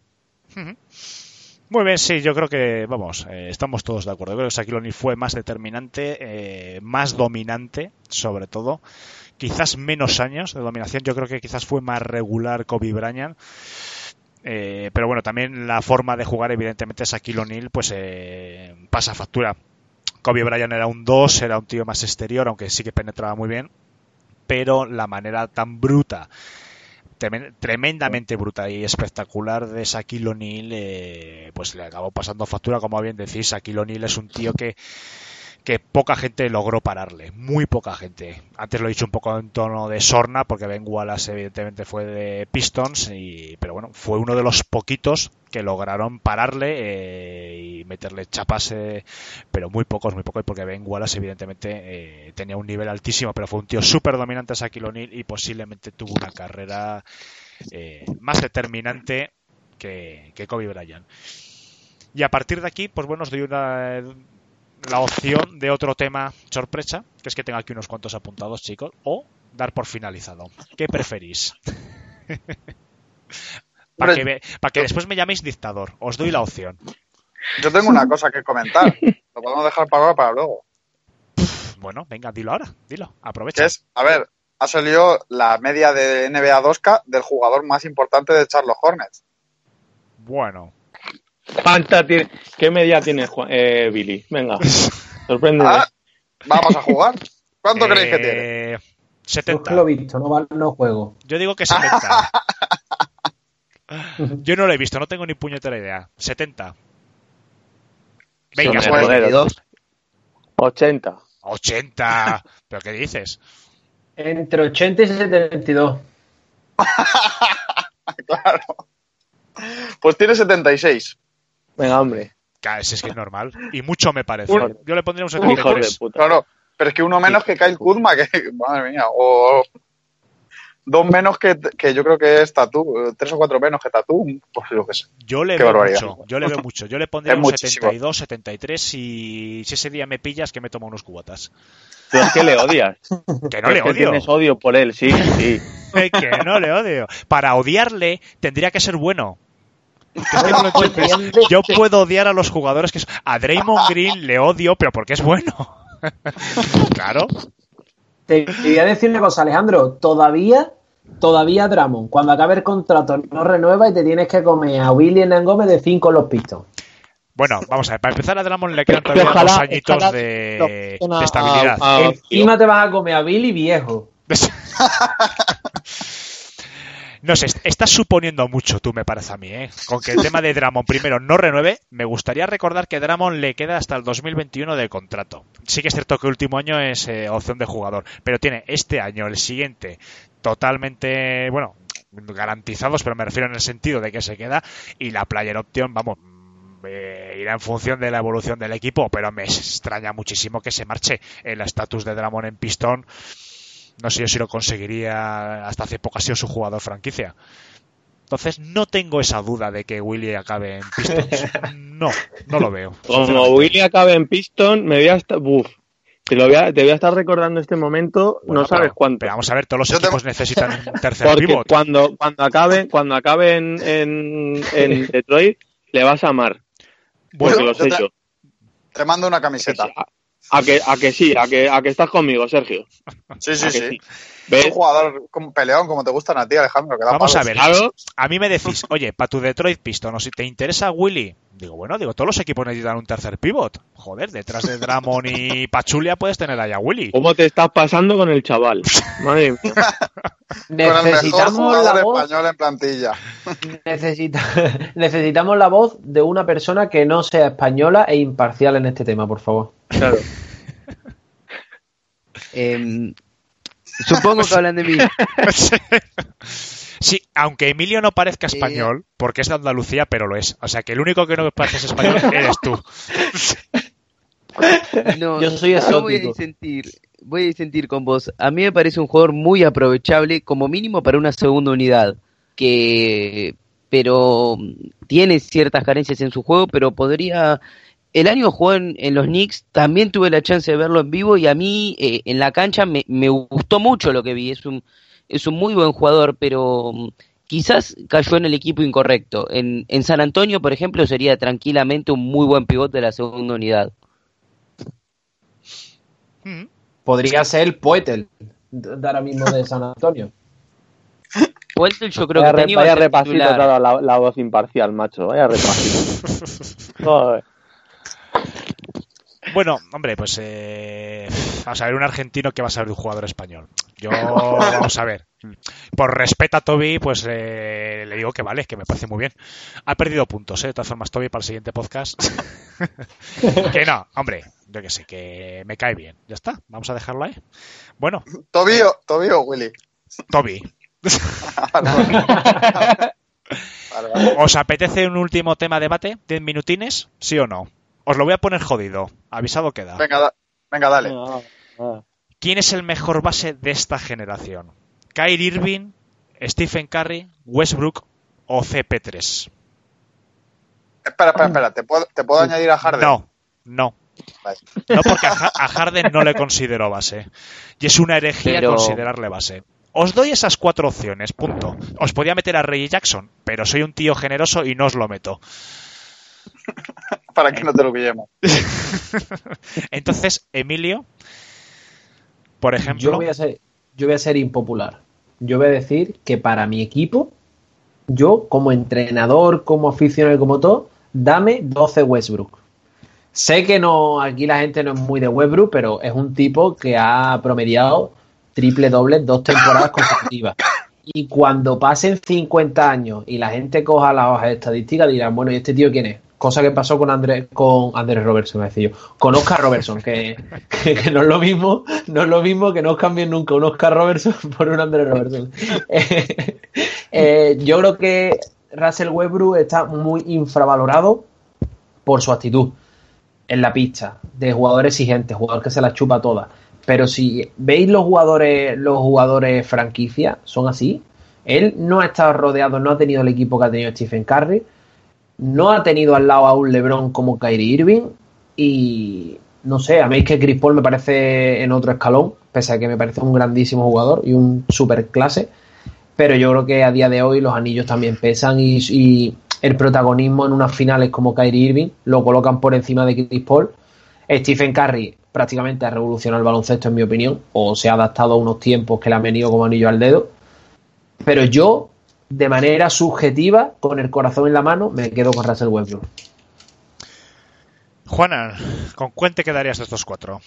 Muy bien, sí, yo creo que, vamos, eh, estamos todos de acuerdo. Yo creo que Shaquille O'Neal fue más determinante, eh, más dominante, sobre todo. Quizás menos años de dominación. Yo creo que quizás fue más regular Kobe Bryant. Eh, pero bueno, también la forma de jugar, evidentemente, Shaquille O'Neal, pues eh, pasa factura. Kobe Bryant era un dos, era un tío más exterior, aunque sí que penetraba muy bien. Pero la manera tan bruta, tremendamente bruta y espectacular de Shaquille O'Neal, eh, pues le acabó pasando factura. Como bien decís, Shaquille O'Neal es un tío que que poca gente logró pararle, muy poca gente. Antes lo he dicho un poco en tono de sorna, porque Ben Wallace evidentemente fue de Pistons, y, pero bueno, fue uno de los poquitos que lograron pararle eh, y meterle chapas, eh, pero muy pocos, muy pocos, porque Ben Wallace evidentemente eh, tenía un nivel altísimo, pero fue un tío súper dominante Shaquille O'Neal y posiblemente tuvo una carrera eh, más determinante que, que Kobe Bryant. Y a partir de aquí, pues bueno, os doy una... la opción de otro tema sorpresa, que es que tengo aquí unos cuantos apuntados, chicos, o dar por finalizado. ¿Qué preferís? Para que, ve, para que después me llaméis dictador. Os doy la opción. Yo tengo una cosa que comentar. Lo podemos dejar para ahora para luego. Bueno, venga, dilo ahora. Dilo, aprovecha. Que es, a ver, ha salido la media de N B A dos K del jugador más importante de Charlotte Hornets. Bueno. ¿Cuánta tiene? ¿Qué media tiene eh, Billy? Venga, sorpréndeme. Ah, vamos a jugar. ¿Cuánto eh, creéis que tiene? setenta. Yo lo he visto, no, no juego. Yo digo que setenta. Yo no lo he visto, no tengo ni puñetera idea. setenta. Venga, setenta y dos. ochenta. ochenta. ¿Pero qué dices? Entre ochenta y setenta y dos. Claro. Pues tiene setenta y seis. Venga, hombre. Claro, es que es normal. Y mucho me parece. Un, Yo le pondría un setenta y tres. Claro, pero es que uno menos que Kyle Kuzma, que madre mía, o dos menos que, que yo creo que es Tatum, tres o cuatro menos que Tatum, pues lo que sé. Yo le Qué veo barbaridad. mucho, yo le veo mucho. Yo le pondría Es un muchísimo. setenta y dos, setenta y tres y si ese día me pillas que me tomo unos cubatas. Tú es que le odias. Que no es le que odio. Tienes odio por él, sí, sí. Que no le odio. Para odiarle tendría que ser bueno. Es que no lo entiendes. Yo puedo odiar a los jugadores que... A Draymond Green le odio, pero porque es bueno. Claro. Te voy a decir una cosa, Alejandro. Todavía, todavía Drummond, cuando acabe el contrato, no renueva y te tienes que comer a Willy Hernán Gómez de cinco en los Pistons. Bueno, vamos a ver. Para empezar, a Drummond le quedan todavía ojalá, dos añitos ojalá, de, no, de estabilidad. a- a- Encima te vas a comer a Billy viejo. No sé, estás suponiendo mucho tú, me parece a mí, ¿eh? Con que el tema de Drummond primero no renueve. Me gustaría recordar que Drummond le queda hasta el dos mil veintiuno de contrato. Sí que es cierto que el último año es eh, opción de jugador, pero tiene este año, el siguiente, totalmente, bueno, garantizados, pero me refiero en el sentido de que se queda, y la player option, vamos, eh, irá en función de la evolución del equipo, pero me extraña muchísimo que se marche. El estatus de Drummond en pistón, no sé yo si lo conseguiría, hasta hace poco ha sido su jugador franquicia. Entonces no tengo esa duda de que Willy acabe en Pistons. No, no lo veo. Como Willy acabe en Pistons, me voy a estar... Uf, te, lo voy a, te voy a estar recordando este momento, bueno, no sabes pero, cuánto. Pero vamos a ver, todos los equipos te... necesitan un tercer Porque pivot. Cuando, cuando acabe, cuando acabe en, en, en Detroit, le vas a amar. Bueno, lo sé te, yo. Te mando una camiseta. A que, a que sí, a que, a que estás conmigo, Sergio. Sí, sí, sí. sí. ¿Ves? Un jugador como peleón, como te gustan a ti, Alejandro. Que da Vamos palos. a ver, claro. A mí me decís, oye, para tu Detroit Pistons, si te interesa Willy, digo, bueno, digo, todos los equipos necesitan un tercer pivot. Joder, detrás de Drummond y Pachulia puedes tener allá a Willy. ¿Cómo te estás pasando con el chaval? Madre mía. Con el mejor jugador español en plantilla. Necesita... Necesitamos la voz de una persona que no sea española e imparcial en este tema, por favor. Claro. Eh, supongo que hablan de mí. Sí, aunque Emilio no parezca español, porque es de Andalucía, pero lo es. O sea, que el único que no parece español eres tú. No, yo soy exótico. Yo voy a disentir, voy a disentir con vos. A mí me parece un jugador muy aprovechable, como mínimo para una segunda unidad, que pero tiene ciertas carencias en su juego, pero podría... El año jugó en, en los Knicks, también tuve la chance de verlo en vivo y a mí eh, en la cancha me, me gustó mucho lo que vi. Es un, es un muy buen jugador, pero um, quizás cayó en el equipo incorrecto. En, en San Antonio, por ejemplo, sería tranquilamente un muy buen pivote de la segunda unidad. Podría ser el Poeltl de ahora mismo de San Antonio. Poeltl yo creo vaya que tenía vaya repasito toda la, la voz imparcial, macho. Vaya repasito. Joder. Bueno, hombre, pues eh, vamos a ver, un argentino que va a saber de un jugador español. Yo, vamos a ver, por respeto a Toby, pues eh, le digo que vale, que me parece muy bien. Ha perdido puntos, ¿eh? De todas formas, Toby, para el siguiente podcast. Que no, hombre, yo que sé, que me cae bien. Ya está, vamos a dejarlo ahí. Bueno. ¿Toby o, Toby o Willy? Toby. ¿Os apetece un último tema de debate? ¿Diez minutines? ¿Sí o no? Os lo voy a poner jodido. Avisado queda. Venga, da, venga dale. ¿Quién es el mejor base de esta generación? ¿Kyrie Irving, Stephen Curry, Westbrook o C P tres? Espera, espera, espera. ¿Te puedo, te puedo añadir a Harden? No, no. Vale. No, porque a, a Harden no le considero base. Y es una herejía pero... considerarle base. Os doy esas cuatro opciones, punto. Os podía meter a Reggie Jackson, pero soy un tío generoso y no os lo meto. Para que no te lo pillemos. Entonces, Emilio, por ejemplo... Yo voy, a ser, yo voy a ser impopular. Yo voy a decir que para mi equipo, yo como entrenador, como aficionado y como todo, dame doce Westbrook. Sé que no, aquí la gente no es muy de Westbrook, pero es un tipo que ha promediado triple doble dos temporadas consecutivas. Y cuando pasen cincuenta años y la gente coja las hojas de estadística, dirán, bueno, ¿y este tío quién es? Cosa que pasó con Andrés con Andrés Robertson, me decía yo, con Oscar Robertson, que, que, que no es lo mismo, no es lo mismo que no os cambien nunca un Oscar Robertson por un Andrés Robertson. eh, eh, yo creo que Russell Westbrook está muy infravalorado por su actitud en la pista, de jugador exigente, jugador que se la chupa toda. Pero si veis los jugadores, los jugadores franquicia, son así. Él no ha estado rodeado, no ha tenido el equipo que ha tenido Stephen Curry. No ha tenido al lado a un LeBron como Kyrie Irving y no sé, a mí es que Chris Paul me parece en otro escalón, pese a que me parece un grandísimo jugador y un super clase, pero yo creo que a día de hoy los anillos también pesan y, y el protagonismo en unas finales como Kyrie Irving lo colocan por encima de Chris Paul. Stephen Curry prácticamente ha revolucionado el baloncesto en mi opinión, o se ha adaptado a unos tiempos que le han venido como anillo al dedo, pero yo de manera subjetiva, con el corazón en la mano, me quedo con Russell Westbrook. Juana, ¿con cuál te quedarías de estos cuatro?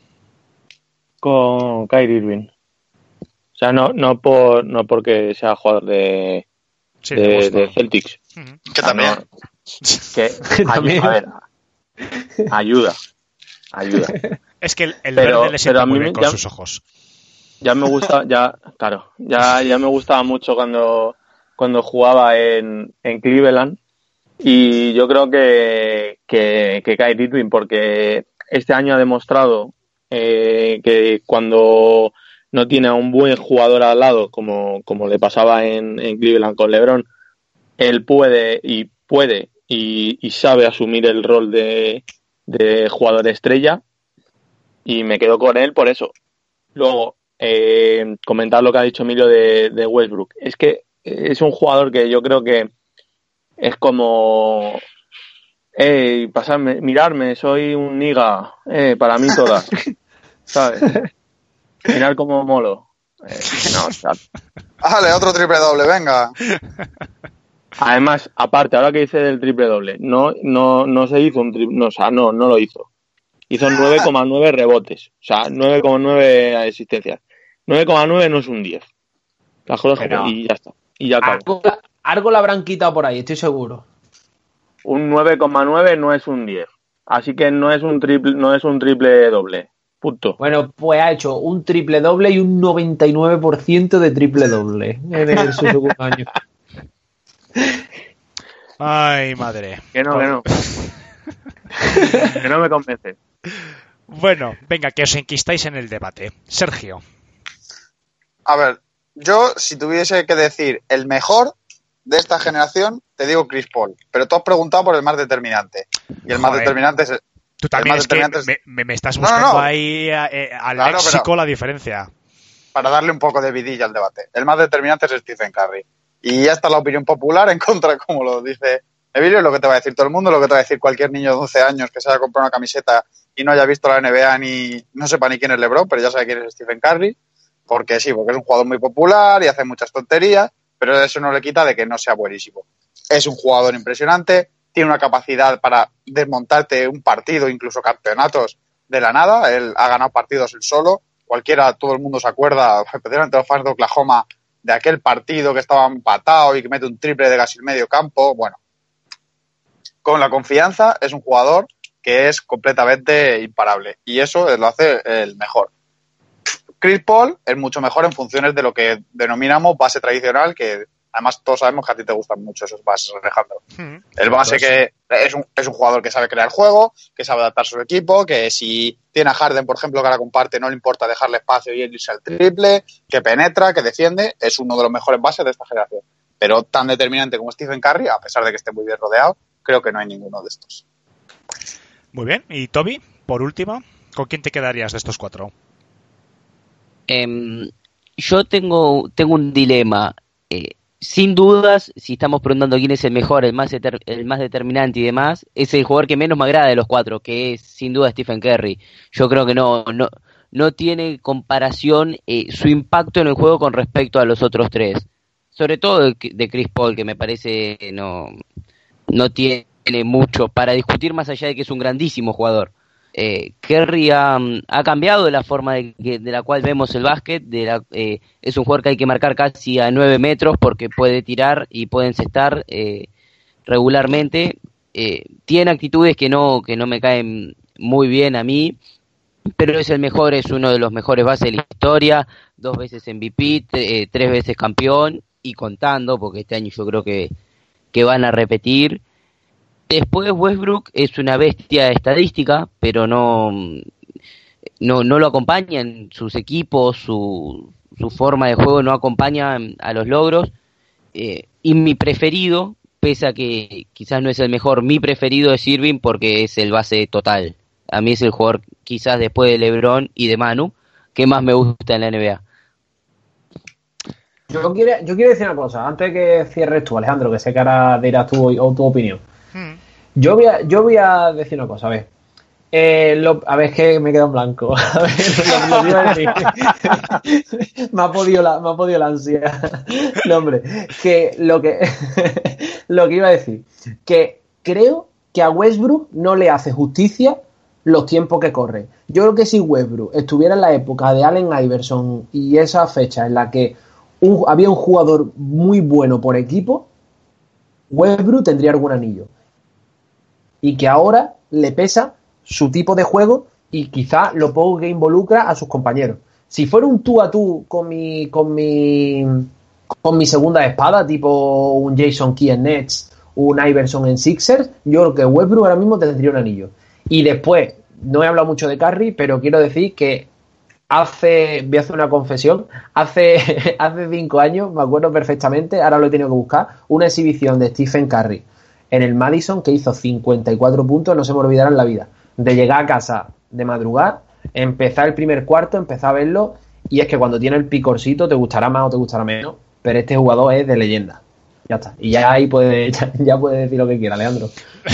Con Kyrie Irving. O sea, no, no por no porque sea jugador de, sí, de, de Celtics. Uh-huh. Que también. Que, también. A ver, ayuda. Ayuda. Es que el, el pero, verde le sienta muy bien me, con ya, sus ojos. ya me gusta, ya, claro, ya, ya me gustaba mucho cuando, cuando jugaba en, en Cleveland. Y yo creo que, que, que cae Irving porque este año ha demostrado eh, que cuando no tiene a un buen jugador al lado, como, como le pasaba en, en Cleveland con LeBron, él puede y puede y, y sabe asumir el rol de, de jugador estrella, y me quedo con él por eso. Luego, eh, comentar lo que ha dicho Emilio de, de Westbrook. Es que es un jugador que yo creo que es como, hey, pasarme, mirarme, soy un niga, eh, para mí todas, ¿sabes? Mirar como molo. Eh, no, o sea, Dale, otro triple doble, venga. además, aparte, ahora que dice del triple doble, no, no, no se hizo un triple, no, o sea, no, no lo hizo. Hizo nueve coma nueve rebotes, o sea, nueve coma nueve asistencias. nueve coma nueve no es un diez. Las cosas Pero- y ya está. Y ya acabó. Algo, algo la habrán quitado por ahí, estoy seguro. Un nueve coma nueve no es un diez. Así que no es un triple, no es un triple doble. Punto. Bueno, pues ha hecho un triple doble y un noventa y nueve por ciento de triple doble en el, su segundo año. Ay, madre. Que no, que no. Que no me convence. Bueno, venga, que os enquistáis en el debate. Sergio. A ver, yo si tuviese que decir el mejor de esta generación, te digo Chris Paul. Pero tú has preguntado por el más determinante. Y el más Joder. determinante es... Tú también más es que determinante es- me, me- me estás No, no, buscando no. ahí eh, al Claro, léxico pero- la diferencia. para darle un poco de vidilla al debate. El más determinante es Stephen Curry. Y esta es la opinión popular en contra, como lo dice Emilio, lo que te va a decir todo el mundo, lo que te va a decir cualquier niño de once años que se haya comprado una camiseta y no haya visto la N B A ni no sepa ni quién es LeBron, pero ya sabe quién es Stephen Curry, porque sí, porque es un jugador muy popular y hace muchas tonterías, pero eso no le quita de que no sea buenísimo. Es un jugador impresionante, tiene una capacidad para desmontarte un partido, incluso campeonatos de la nada. Él ha ganado partidos él solo. Cualquiera, todo el mundo se acuerda, especialmente los fans de Oklahoma, de aquel partido que estaba empatado y que mete un triple de casi el medio campo. Bueno, con la confianza es un jugador que es completamente imparable y eso lo hace el mejor. Chris Paul es mucho mejor en funciones de lo que denominamos base tradicional, que además todos sabemos que a ti te gustan mucho esos bases, Alejandro. Hmm. El base que es un, es un jugador que sabe crear juego, que sabe adaptar a su equipo, que si tiene a Harden, por ejemplo, que ahora comparte, no le importa dejarle espacio y él irse al triple, que penetra, que defiende, es uno de los mejores bases de esta generación. Pero tan determinante como Stephen Curry, a pesar de que esté muy bien rodeado, creo que no hay ninguno de estos. Muy bien. Y Toby, por último, ¿con quién te quedarías de estos cuatro? Em, yo tengo, tengo un dilema. Eh, sin dudas, si estamos preguntando quién es el mejor, el más, deter- el más determinante y demás, es el jugador que menos me agrada de los cuatro, que es sin duda Stephen Curry. Yo creo que no, no, no tiene comparación eh, su impacto en el juego con respecto a los otros tres. Sobre todo de, de Chris Paul, que me parece no, no tiene mucho para discutir más allá de que es un grandísimo jugador. Eh, Curry ha, ha cambiado la forma de, que, de la cual vemos el básquet. De la, eh, es un jugador que hay que marcar casi a nueve metros porque puede tirar y puede encestar eh, regularmente. Eh, tiene actitudes que no, que no me caen muy bien a mí, pero es el mejor, es uno de los mejores bases de la historia, dos veces M V P, eh, tres veces campeón y contando, porque este año yo creo que, que van a repetir. Después Westbrook es una bestia estadística, pero no, no, no lo acompañan sus equipos, su, su forma de juego no acompaña a los logros. Eh, y mi preferido, pese a que quizás no es el mejor, mi preferido es Irving porque es el base total. A mí es el jugador quizás después de LeBron y de Manu que más me gusta en la N B A. Yo quiero, yo quiero decir una cosa, antes de que cierres tú, Alejandro, que sé que ahora dirás tu, o tu opinión. Hmm. Yo voy a, yo voy a decir una cosa, a ver. Eh, lo, a ver, es que me he quedado en blanco. A ver, lo, lo que iba a decir. me, ha podido la, me ha podido la ansia. No, hombre, que lo que, lo que iba a decir, que creo que a Westbrook no le hace justicia los tiempos que corre. Yo creo que si Westbrook estuviera en la época de Allen Iverson y esa fecha en la que un, había un jugador muy bueno por equipo, Westbrook tendría algún anillo. Y que ahora le pesa su tipo de juego y quizá lo poco que involucra a sus compañeros. Si fuera un tú a tú con mi con mi con mi segunda espada, tipo un Jason Key en Nets, un Iverson en Sixers, yo creo que Westbrook ahora mismo tendría un anillo. Y después, no he hablado mucho de Curry, pero quiero decir que hace, voy a hacer una confesión, hace, hace cinco años, me acuerdo perfectamente, ahora lo he tenido que buscar, una exhibición de Stephen Curry en el Madison que hizo cincuenta y cuatro puntos, no se me olvidará en la vida, de llegar a casa de madrugar, empezar el primer cuarto, empezar a verlo, y es que cuando tiene el picorcito te gustará más o te gustará menos, pero este jugador es de leyenda. Ya está. Y ya ahí puede, ya, ya puede decir lo que quiera, Leandro.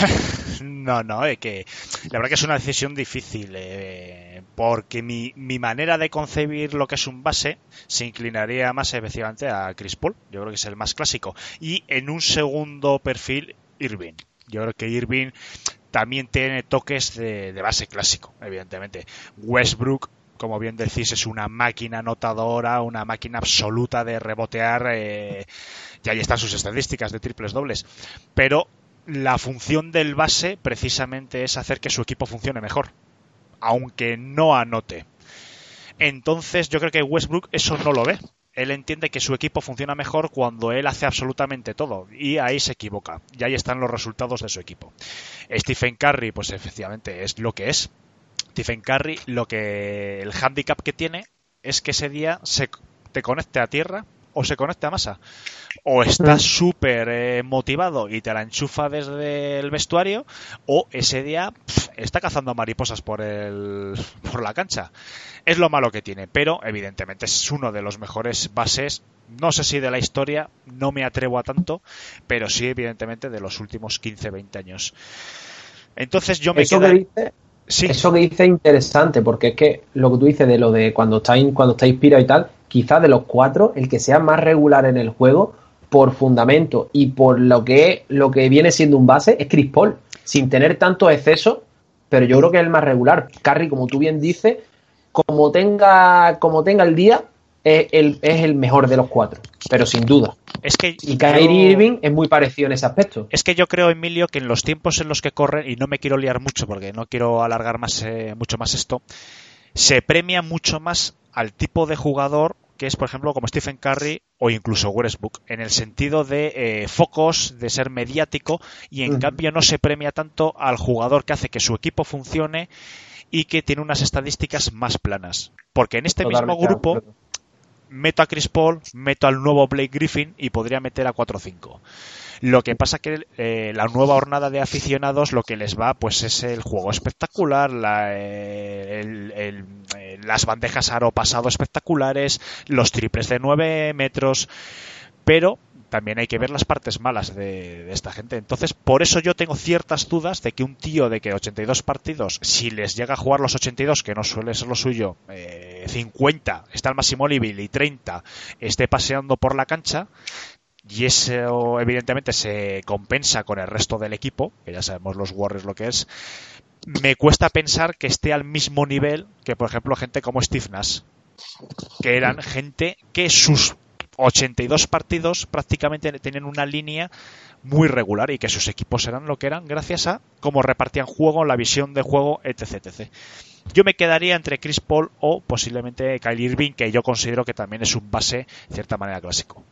No, no, es que la verdad que es una decisión difícil, eh, porque mi, mi manera de concebir lo que es un base se inclinaría más efectivamente a Chris Paul. Yo creo que es el más clásico. Y en un segundo perfil, Irving. Yo creo que Irving también tiene toques de, de base clásico, evidentemente. Westbrook, como bien decís, es una máquina anotadora, una máquina absoluta de rebotear, eh, y ahí están sus estadísticas de triples dobles. Pero la función del base precisamente es hacer que su equipo funcione mejor, aunque no anote. Entonces yo creo que Westbrook eso no lo ve. Él entiende que su equipo funciona mejor cuando él hace absolutamente todo, y ahí se equivoca, y ahí están los resultados de su equipo. Stephen Curry, pues efectivamente es lo que es. Stephen Curry, lo que el hándicap que tiene es que ese día se te conecte a tierra o se conecte a masa. O está súper eh, motivado y te la enchufa desde el vestuario, o ese día pff, está cazando mariposas por el por la cancha. Es lo malo que tiene, pero evidentemente es uno de los mejores bases, no sé si de la historia, no me atrevo a tanto, pero sí evidentemente de los últimos quince veinte años. Entonces yo me Eso quedo... que dice, sí. Eso que dice es interesante, porque es que lo que tú dices de lo de cuando está, cuando está inspirado y tal, quizás de los cuatro, el que sea más regular en el juego, por fundamento y por lo que lo que viene siendo un base, es Chris Paul, sin tener tantos excesos, pero yo creo que es el más regular. Curry, como tú bien dices, como tenga como tenga el día, es el, es el mejor de los cuatro, pero sin duda. Es que y Kyrie yo... Irving es muy parecido en ese aspecto. Es que yo creo, Emilio, que en los tiempos en los que corren, y no me quiero liar mucho porque no quiero alargar más eh, mucho más esto, se premia mucho más al tipo de jugador que es, por ejemplo, como Stephen Curry o incluso Westbrook, en el sentido de eh, focos, de ser mediático, y en uh-huh. cambio no se premia tanto al jugador que hace que su equipo funcione y que tiene unas estadísticas más planas. Porque en este Totalmente mismo grupo claro. meto a Chris Paul, meto al nuevo Blake Griffin y podría meter a cuatro o cinco. Lo que pasa que eh, la nueva hornada de aficionados lo que les va pues es el juego espectacular, la, eh, el, el, eh, las bandejas aro pasado espectaculares, los triples de nueve metros, pero también hay que ver las partes malas de, de esta gente. Entonces, por eso yo tengo ciertas dudas de que un tío de que ochenta y dos partidos, si les llega a jugar los ochenta y dos, que no suele ser lo suyo, eh, cincuenta, está al máximo nivel y treinta, esté paseando por la cancha. Y eso evidentemente se compensa con el resto del equipo, que ya sabemos los Warriors lo que es. Me cuesta pensar que esté al mismo nivel que, por ejemplo, gente como Steve Nash, que eran gente que sus ochenta y dos partidos prácticamente tenían una línea muy regular y que sus equipos eran lo que eran gracias a cómo repartían juego, la visión de juego, etc, etcétera. Yo me quedaría entre Chris Paul o posiblemente Kyrie Irving, que yo considero que también es un base de cierta manera clásico.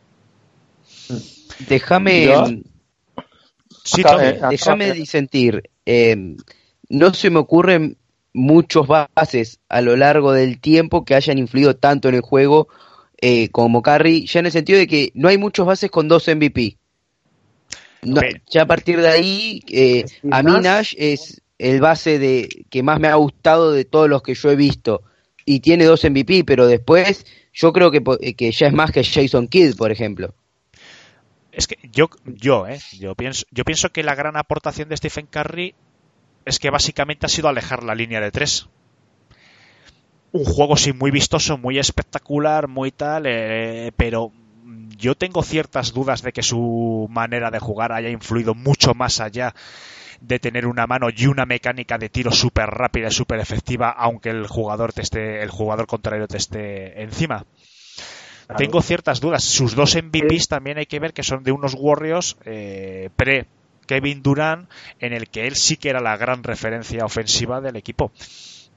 Déjame sí, eh, déjame disentir. Eh, no se me ocurren muchos bases a lo largo del tiempo que hayan influido tanto en el juego eh, como Curry, ya en el sentido de que no hay muchos bases con dos M V P. No, ya a partir de ahí, eh, a mí Nash es el base de que más me ha gustado de todos los que yo he visto y tiene dos M V P, pero después yo creo que, que ya es más que Jason Kidd, por ejemplo. Es que yo, yo, eh, yo pienso, yo pienso que la gran aportación de Stephen Curry es que básicamente ha sido alejar la línea de tres. Un juego sí muy vistoso, muy espectacular, muy tal, eh, pero yo tengo ciertas dudas de que su manera de jugar haya influido mucho más allá de tener una mano y una mecánica de tiro súper rápida y súper efectiva, aunque el jugador te esté, el jugador contrario te esté encima. Claro. Tengo ciertas dudas. Sus dos M V Pes también hay que ver que son de unos Warriors eh, pre Kevin Durant, en el que él sí que era la gran referencia ofensiva del equipo.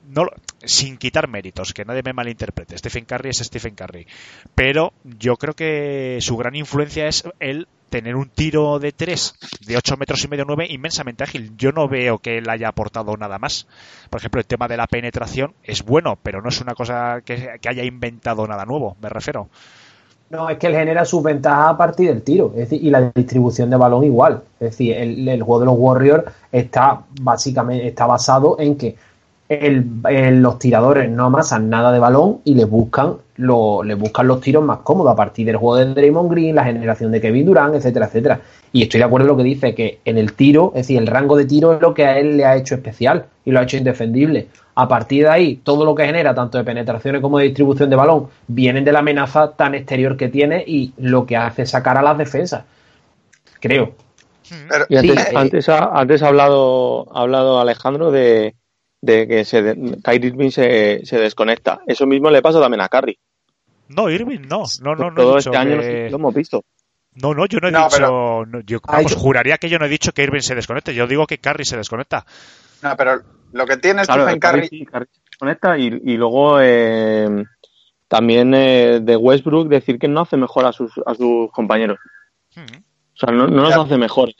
no, sin quitar méritos, que nadie me malinterprete, Stephen Curry es Stephen Curry, pero yo creo que su gran influencia es el tener un tiro de tres de ocho metros y medio, nueve, inmensamente ágil. Yo no veo que él haya aportado nada más. Por ejemplo, el tema de la penetración es bueno, pero no es una cosa que, que haya inventado nada nuevo, me refiero. No, es que él genera sus ventajas a partir del tiro, es decir, y la distribución de balón igual. Es decir, el, el juego de los Warriors está básicamente está basado en que el, el, los tiradores no amasan nada de balón y le buscan, lo, le buscan los tiros más cómodos a partir del juego de Draymond Green, la generación de Kevin Durant, etcétera, etcétera. Y estoy de acuerdo en lo que dice, que en el tiro, es decir, el rango de tiro es lo que a él le ha hecho especial y lo ha hecho indefendible. A partir de ahí, todo lo que genera, tanto de penetraciones como de distribución de balón, vienen de la amenaza tan exterior que tiene y lo que hace sacar a las defensas. Creo. Pero, y antes, sí, antes, ha, antes ha hablado, ha hablado Alejandro de, de que se de, Kyrie Irving se, se desconecta. Eso mismo le pasa también a Curry. No, Irving no. no, no, no Todo este año que... lo hemos visto. No, no, yo no he no, dicho... Pero... No, yo, vamos, Ay, yo... juraría que yo no he dicho que Irving se desconecte. Yo digo que Curry se desconecta. No, pero lo que tiene claro, Stephen Curry... Sí, Curry se desconecta y, y luego eh, también eh, de Westbrook decir que no hace mejor a sus, a sus compañeros. Hmm. O sea, no, no nos hace mejores.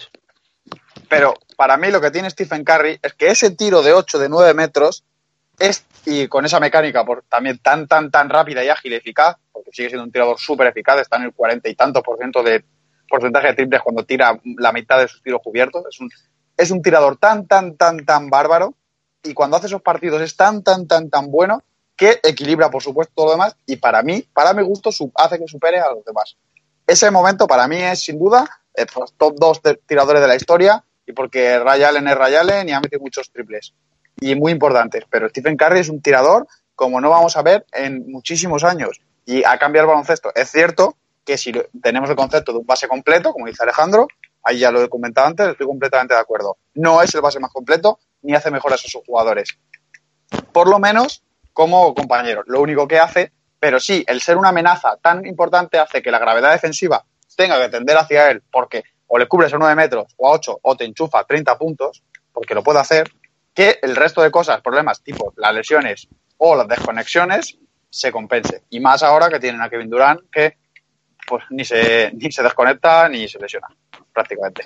Pero para mí lo que tiene Stephen Curry es que ese tiro de ocho, de nueve metros, es, y con esa mecánica por, también tan, tan, tan rápida y ágil y eficaz, porque sigue siendo un tirador súper eficaz, está en el cuarenta y tantos por ciento de porcentaje de triples cuando tira la mitad de sus tiros cubiertos. Es un, es un tirador tan, tan, tan, tan bárbaro, y cuando hace esos partidos es tan, tan, tan, tan bueno que equilibra, por supuesto, todo lo demás, y para mí, para mi gusto, hace que supere a los demás. Ese momento para mí es, sin duda, el top dos de tiradores de la historia, y porque Ray Allen es Ray Allen y ha metido muchos triples y muy importantes, pero Stephen Curry es un tirador como no vamos a ver en muchísimos años y ha cambiado el baloncesto. Es cierto que si tenemos el concepto de un base completo, como dice Alejandro, ahí ya lo he comentado antes, estoy completamente de acuerdo. No es el base más completo ni hace mejores a sus jugadores, por lo menos como compañeros, lo único que hace, pero sí, el ser una amenaza tan importante hace que la gravedad defensiva tenga que tender hacia él, porque o le cubres a nueve metros o a ocho o te enchufa treinta puntos, porque lo puede hacer, que el resto de cosas, problemas tipo las lesiones o las desconexiones, se compense. Y más ahora que tienen a Kevin Durant, que pues ni se, ni se desconecta ni se lesiona, prácticamente.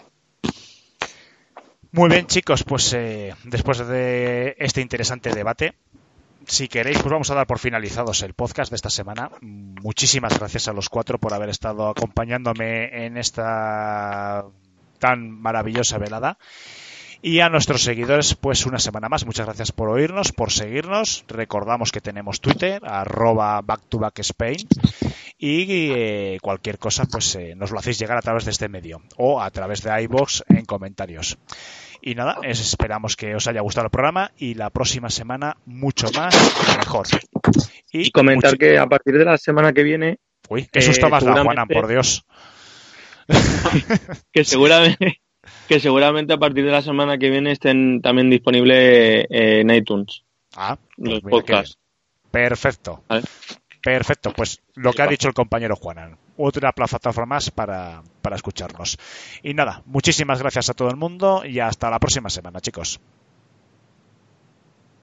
Muy bien, chicos, pues eh, después de este interesante debate, si queréis, pues vamos a dar por finalizados el podcast de esta semana. Muchísimas gracias a los cuatro por haber estado acompañándome en esta tan maravillosa velada. Y a nuestros seguidores, pues una semana más. Muchas gracias por oírnos, por seguirnos. Recordamos que tenemos Twitter, arroba backtobackspain. Y eh, cualquier cosa, pues eh, nos lo hacéis llegar a través de este medio o a través de iVoox en comentarios. Y nada, es, esperamos que os haya gustado el programa y la próxima semana mucho más y mejor. Y, y comentar mucho... que a partir de la semana que viene... Uy, qué susto eh, más da, Juanan, por Dios. que seguramente que seguramente a partir de la semana que viene estén también disponibles eh, en iTunes. Ah, pues los podcasts. Perfecto. ¿Vale? Perfecto, pues lo que ha dicho el compañero Juanan. Otra plataforma más para, para escucharnos. Y nada, muchísimas gracias a todo el mundo y hasta la próxima semana, chicos.